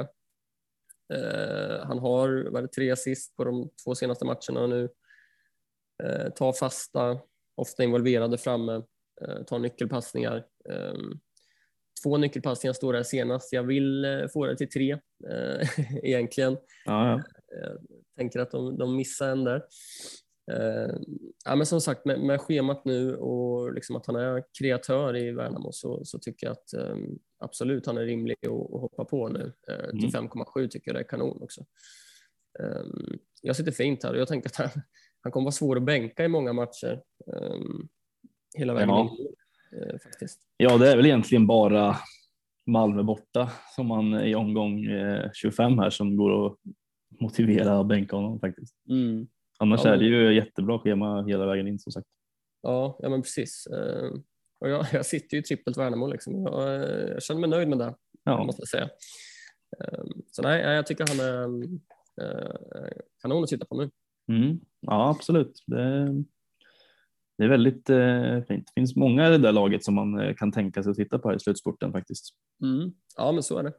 Uh, han har varit tre assist på de två senaste matcherna nu. Uh, tar fasta, ofta involverade framme, uh, tar nyckelpassningar. Um, två nyckelpassningar står där senast. Jag vill uh, få det till tre uh, egentligen. Ja, ja. Uh, tänker att de, de missar en där. Uh, ja, men som sagt, med, med schemat nu och liksom att han är kreatör i Värnamo, så, så tycker jag att um, absolut han är rimlig att, att hoppa på nu. Uh, till Mm. fem komma sju tycker jag det är kanon också. Um, jag sitter fint här och jag tänker att han, han kommer vara svår att bänka i många matcher. Um, hela vägen Ja. in, uh, faktiskt. Ja, det är väl egentligen bara Malmö borta som man i omgång eh, tjugofem här som går att motivera att bänka honom faktiskt. Mm. Annars Ja, men- är det ju jättebra schema hela vägen in som sagt. Ja, ja men precis. Uh, och jag, jag sitter ju i trippelt Värnamo liksom. Jag, uh, jag känner mig nöjd med det, Ja, måste jag säga. Um, så nej, jag tycker han är uh, kanon att sitta på nu. mm. Ja absolut. Det, det är väldigt eh, fint. Det finns många i det där laget som man eh, kan tänka sig att titta på här i slutspurten faktiskt. Mm. Ja, men så är det.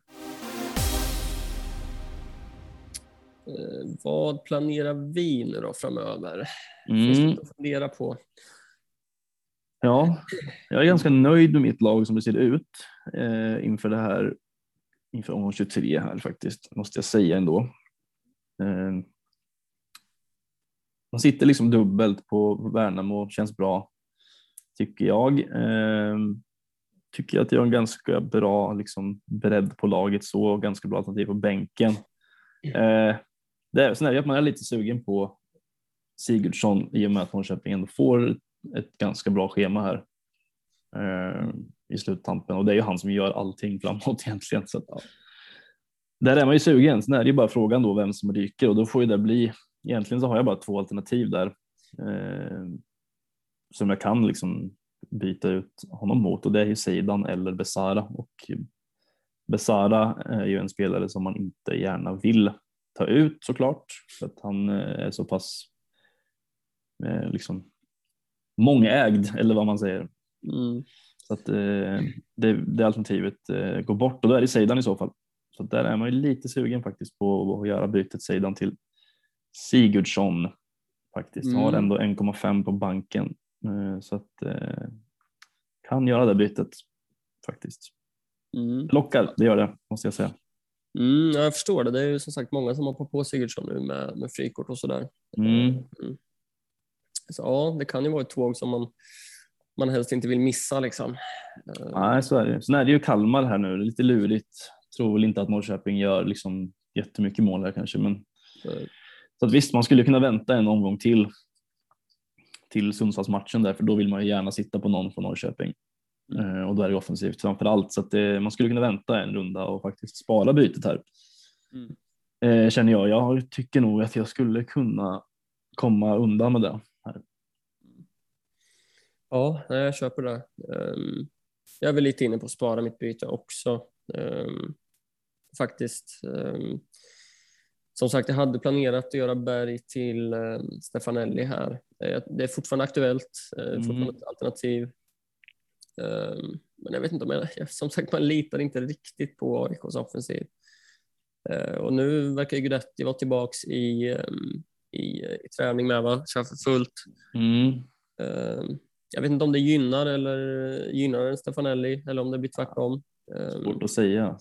Uh, vad planerar vi nu då framöver? Finns det Mm. något att fundera på? Ja, jag är ganska nöjd med mitt lag som det ser ut eh, inför det här, inför omgång tjugotre här faktiskt, måste jag säga ändå. Eh, man sitter liksom dubbelt på Värnamo, känns bra tycker jag. Eh, tycker att jag har en ganska bra liksom, bredd på laget så, ganska bra alternativ på bänken. Eh, det är, sen är det att man är lite sugen på Sigurdsson i och med att Norrköping ändå får ett ganska bra schema här eh, i sluttampen, och det är ju han som gör allting framåt egentligen, så att, ja. Där är man ju sugen. Sen är det ju bara frågan då vem som ryker, och då får ju det bli, egentligen så har jag bara två alternativ där eh, som jag kan liksom byta ut honom mot, och det är ju Seidan eller Besara, och Besara är ju en spelare som man inte gärna vill ta ut såklart, för att han är så pass eh, liksom mångägd, eller vad man säger. Mm. Så att eh, det, det alternativet eh, går bort, och då är det Seidan i så fall. Så där är man ju lite sugen faktiskt på att göra bytet Seidan till Sigurdsson faktiskt. Mm. Har ändå en komma fem på banken, eh, så att eh, kan göra det bytet faktiskt. Mm. Lockar, det gör det måste jag säga. Mm, jag förstår det. Det är ju som sagt många som har på på Sigurdsson nu med, med frikort och sådär. Mm. Mm. Så ja, det kan ju vara ett tåg som man, man helst inte vill missa liksom. Nej, så är det. Sen är det ju Kalmar här nu, det är lite lurigt. Tror väl inte att Norrköping gör liksom jättemycket mål här kanske, men Mm. så att visst, man skulle kunna vänta en omgång till till Sundsvallsmatchen där, för då vill man ju gärna sitta på någon från Norrköping. Mm. Eh, och då är det offensivt framför allt, så att det, man skulle kunna vänta en runda och faktiskt spara bytet här. Mm. Eh, känner jag. Jag tycker nog att jag skulle kunna komma undan med det här. Ja, jag köper det. Um, jag är väl lite inne på att spara mitt byte också. Um, faktiskt. Um, som sagt, jag hade planerat att göra Berg till um, Stefanelli här. Uh, det är fortfarande aktuellt, uh, Mm. fortfarande ett alternativ. Um, men jag vet inte om jag, jag, som sagt, man litar inte riktigt på A I K:s offensiv. Uh, och nu verkar ju Guidetti vara tillbaks i, um, i, i träning med, va? Kör för fullt. Mm. Um, Jag vet inte om det gynnar eller gynnar en Stefanelli eller om det blir tvärtom. Svårt att säga. Alltså.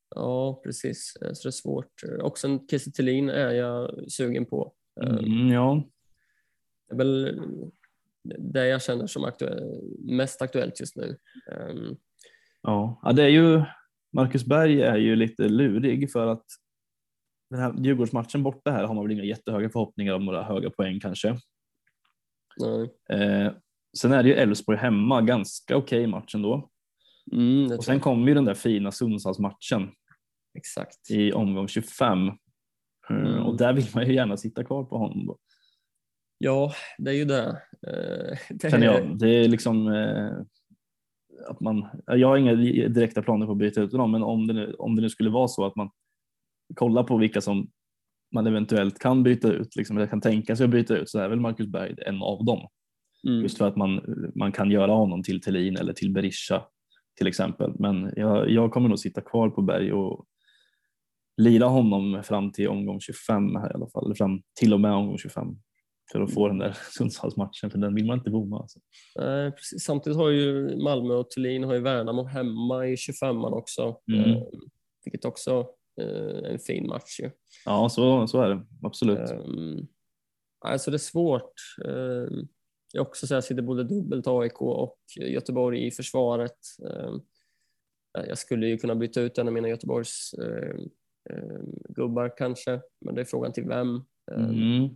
Ja, precis. Så det är svårt. Också en Kiese Thelin är jag sugen på. Mm, ja. Det är väl det jag känner som aktuell, mest aktuellt just nu. Um, Ja. ja, det är ju Marcus Berg är ju lite lurig för att den här Djurgårdsmatchen borta här har man väl inga jättehöga förhoppningar om några höga poäng kanske. nej. Eh, sen är det ju Elfsborg hemma, ganska okej matchen då. Mm, och sen kommer ju den där fina Sundsvallsmatchen exakt. i omgång tjugofem. Mm. Mm. Och där vill man ju gärna sitta kvar på honom då. Ja, det är ju det. Eh, det Känner jag. Det är liksom eh, att man, jag har inga direkta planer på att byta ut dem, men om det, nu, om det nu skulle vara så att man kollar på vilka som man eventuellt kan byta ut, liksom, eller kan tänka sig att byta ut, så är väl Marcus Berg en av dem. Mm. Just för att man, man kan göra honom till Thelin eller till Berisha till exempel. Men jag, jag kommer nog sitta kvar på Berg och lira honom fram till omgång tjugofem här i alla fall, eller fram till och med omgång tjugofem för att få den där Sundsvallsmatchen, för den vill man inte bomma. Alltså. Eh, precis. Samtidigt har ju Malmö och Thelin har ju Värnamo hemma i tjugofemman också, Mm. eh, vilket också är eh, en fin match ju. Ja, så, så är det absolut. Eh, alltså det är svårt. Eh, jag också säger, jag sitter både dubbelt A I K och Göteborg i försvaret. Eh, jag skulle ju kunna byta ut en av mina Göteborgs eh, eh, gubbar kanske, men det är frågan till vem. Eh, Mm.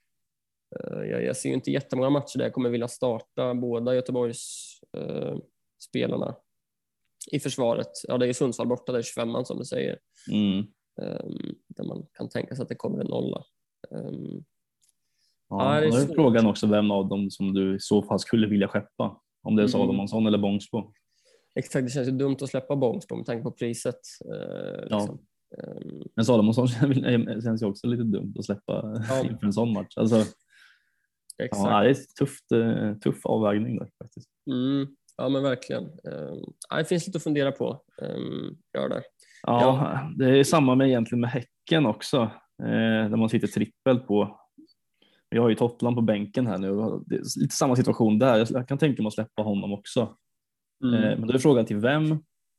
Jag, jag ser ju inte jättemånga matcher där jag kommer vilja starta båda Göteborgs eh, spelarna i försvaret. Ja, det är ju Sundsvall borta, det är tjugofemman som du säger. Mm. Um, där man kan tänka sig att det kommer en nolla. Um, Ja, ja, det är då är svårt. frågan också vem av dem som du i så fall skulle vilja skeppa. Om det är Salomonsson mm. eller Bångsbo. Exakt, det känns ju dumt att släppa Bångsbo med tanke på priset. Uh, liksom. Ja. Um, Men Salomonsson känns ju också lite dumt att släppa ja. inför en sån match. Alltså, Exakt. Ja, det är en tuff, tuff avvägning där faktiskt. Mm, ja, men verkligen. Um, det finns lite att fundera på. Um, gör det. Ja, ja, det är samma med egentligen med Häcken också. Eh, där man sitter trippel på. Jag har ju Totland på bänken här nu. Det är lite samma situation där. Jag kan tänka mig att släppa honom också. Mm. Eh, men då är frågan till vem.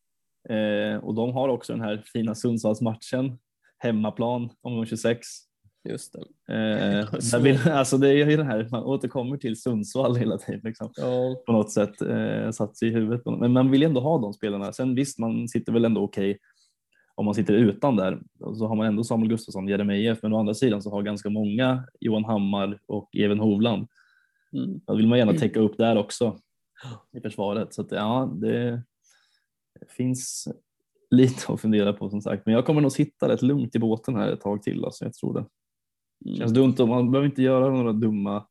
Eh, och de har också den här fina Sundsvallsmatchen. Hemmaplan omgång tjugosex. Just det. Eh, där vill, alltså det är ju det här, man återkommer till Sundsvall hela tiden liksom, ja. på något sätt eh, satt sig i huvudet. Men man vill ändå ha de spelarna. Sen visst, man sitter väl ändå okej om man sitter utan där. Så har man ändå Samuel Gustafsson, Jeremejeff, men å andra sidan så har ganska många Johan Hammar och Even Hovland. Mm. Då vill man gärna täcka upp där också i försvaret. Så att, ja, det finns lite att fundera på som sagt. Men jag kommer nog sitta rätt lugnt i båten här ett tag till. Alltså, jag tror det. Det känns dumt om man behöver inte göra några dumma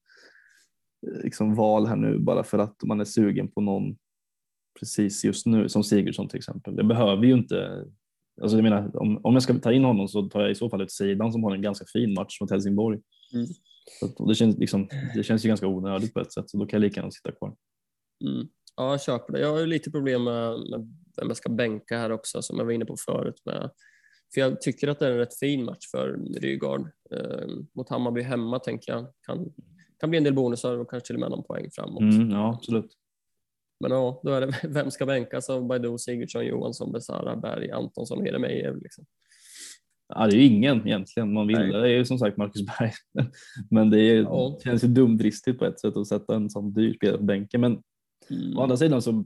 liksom, val här nu bara för att man är sugen på någon precis just nu, som Sigurdsson till exempel. Det behöver ju inte, alltså jag menar, om, om jag ska ta in honom så tar jag i så fall ut sidan som har en ganska fin match mot Helsingborg. Mm. Så det, känns, liksom, det känns ju ganska onödigt på ett sätt, så då kan jag lika gärna sitta kvar. Mm. Ja, jag köper det. Jag har ju lite problem med, med vem jag ska bänka här också, som jag var inne på förut med. För jag tycker att det är en rätt fin match för Rygaard. Eh, mot Hammarby hemma tänker jag. Kan, kan bli en del bonusar och kanske till och med någon poäng framåt. Mm, ja, absolut. Men ja, då är det vem ska bänkas av Baidoo, Sigurdsson, Johansson, Besara, Berg, Antonsson, Jeremejeff liksom. Ja, det är ju ingen egentligen man vill. Nej. Det är ju som sagt Marcus Berg. Men det är, ja. känns ju dumdristigt på ett sätt att sätta en sån dyr spelare på bänken. Men mm. å andra sidan så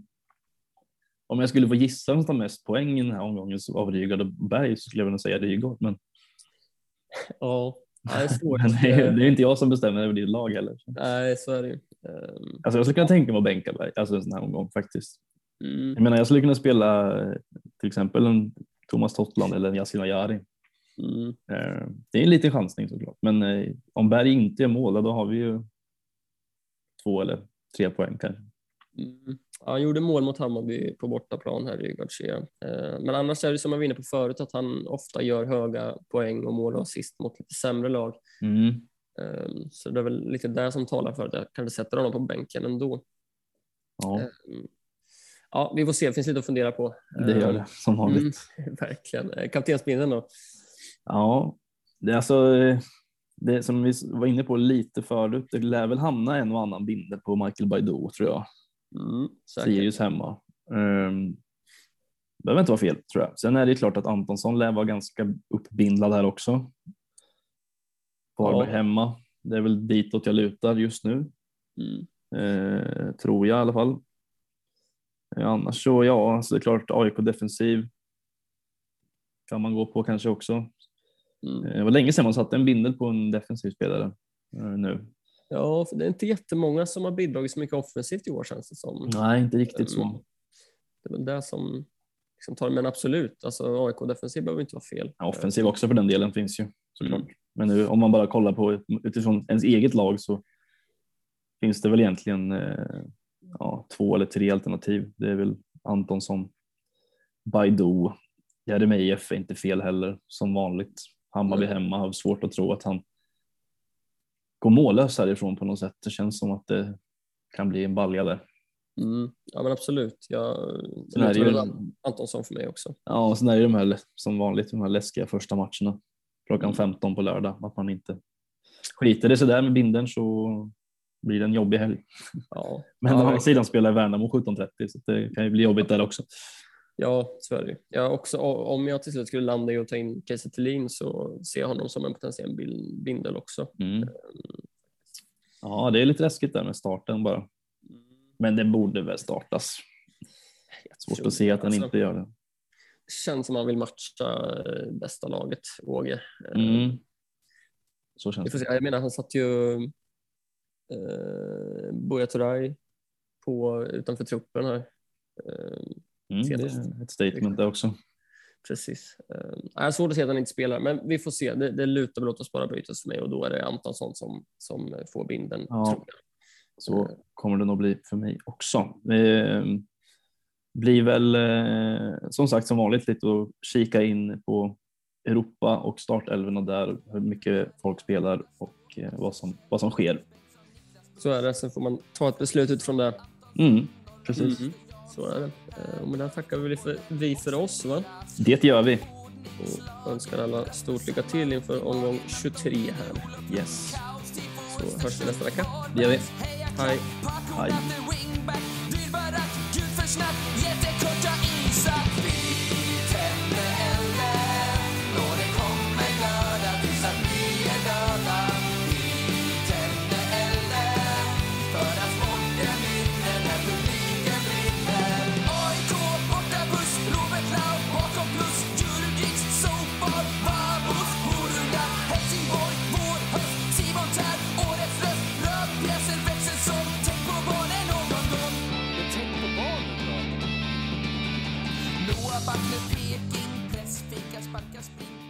om jag skulle få gissa vem som tar mest poäng i den här omgången av Rygaard och Berg så skulle jag vilja säga Rygaard. Men... Ja, det är svårt. Men det, är, det är inte jag som bestämmer över ditt lag heller. Nej, så är det ju. Um... Alltså jag skulle kunna tänka mig att bänka Berg, alltså en sån här omgång faktiskt. Mm. Jag menar jag skulle kunna spela till exempel en Thomas Totland eller en Yasin Ayari. Mm. Det är en liten chansning såklart. Men om Berg inte är mål då har vi ju två eller tre poäng kanske. Mm. Ja, han gjorde mål mot Hammarby på bortaplan här i Rygaard. Men annars är det som jag var inne på förut att han ofta gör höga poäng och mål och assist mot lite sämre lag. Mm. Så det är väl lite där som talar för att jag kanske sätter honom på bänken ändå. Ja. Ja, vi får se. Det finns lite att fundera på. Det gör det, som vanligt. Mm, verkligen. Kaptensbindeln då? Ja, det är alltså det som vi var inne på lite förut. Det lär väl hamna en och annan bindel på Michael Baidoo tror jag. Mm, Sirius hemma. Um, behöver inte vara fel, tror jag. Sen är det klart att Antonsson lär vara ganska uppbindlad här också. Varberg Ja. hemma. Det är väl ditåt jag lutar just nu. Mm. Eh, tror jag i alla fall. Eh, annars så, ja, så det är klart A I K-defensiv kan man gå på kanske också. Mm. Eh, det var länge sedan man satte en bindel på en defensiv spelare eh, nu. Ja, för det är inte jättemånga som har bidragit så mycket offensivt i år, känns det som. Nej, inte riktigt så. Mm. Det är väl det som liksom tar, men absolut, alltså A I K-defensiv behöver inte vara fel. Ja, offensiv också för den delen finns ju såklart. Mm. Men nu, om man bara kollar på utifrån ens eget lag så finns det väl egentligen eh, ja, två eller tre alternativ. Det är väl Antonsson, Baidu, Jeremejeff är inte fel heller som vanligt. Hammarby Mm. hemma, har svårt att tro att han går mållös härifrån på något sätt. Det känns som att det kan bli en balja där. Mm. Ja, men absolut. Jag, Sen är jag det tror ju, det var Antonsson för mig också. ja, och sen är det de här som vanligt de här läskiga första matcherna klockan Mm. femton på lördag, att man inte skiter det så där med binden så blir det en jobbig helg. Ja, Men ja, å andra verkligen. sidan spelar Värnamo sjutton trettio så det kan ju bli jobbigt där också. Ja, så är det. Jag också, om jag till slut skulle landa i att ta in Kiese Thelin så ser jag honom som en potentiell bil- bindel också. Mm. Ja, det är lite läskigt där med starten bara. Men det borde väl startas. Svårt tror att se att den alltså. inte gör det. Det känns som man vill matcha eh, bästa laget, Åge. Eh, Mm. Så Vi känns får det. se. Jag menar, han satt ju eh, Buya Turay på utanför truppen här. Eh, Mm, det är ett statement där också. precis. Eh, jag har svårt att se att han inte spelar, men vi får se. Det, det lutar väl åt att spara bytes för mig och då är det Antonsson som, som får binden. Ja. Tror jag. Så kommer det nog bli för mig också. Det blir väl eh, som sagt som vanligt lite att kika in på Europa och startelvorna där, hur mycket folk spelar och eh, vad, som, vad som sker. Så är det. Sen får man ta ett beslut utifrån det. Mm, precis. Mhm. Så är det. Eh, Och med det tackar vi för, vi för oss, va? Det gör vi. Och önskar alla stort lycka till inför omgång tjugotre här. Yes, Så hörs vi nästa vecka. det gör vi. Hej! Hej. Wingback, dyrbarack, gud för snabb, jättekorta insatt. Vi tänder elden och det kommer glöda tills att vi är döda. Vi tänder elden för att sporten vinner när publiken brinner. A I K borta buss, Robert Lau bakom plus, Djurgårdens sopbar, Vamos, Borunga, Helsingborg, vår höst, Simon Tär, årets röst, rödpjäser växer som, tänk på barnen någon gång. Men tänk på barnen då. Noah Backlund, Peking, press, fika, sparka, spring.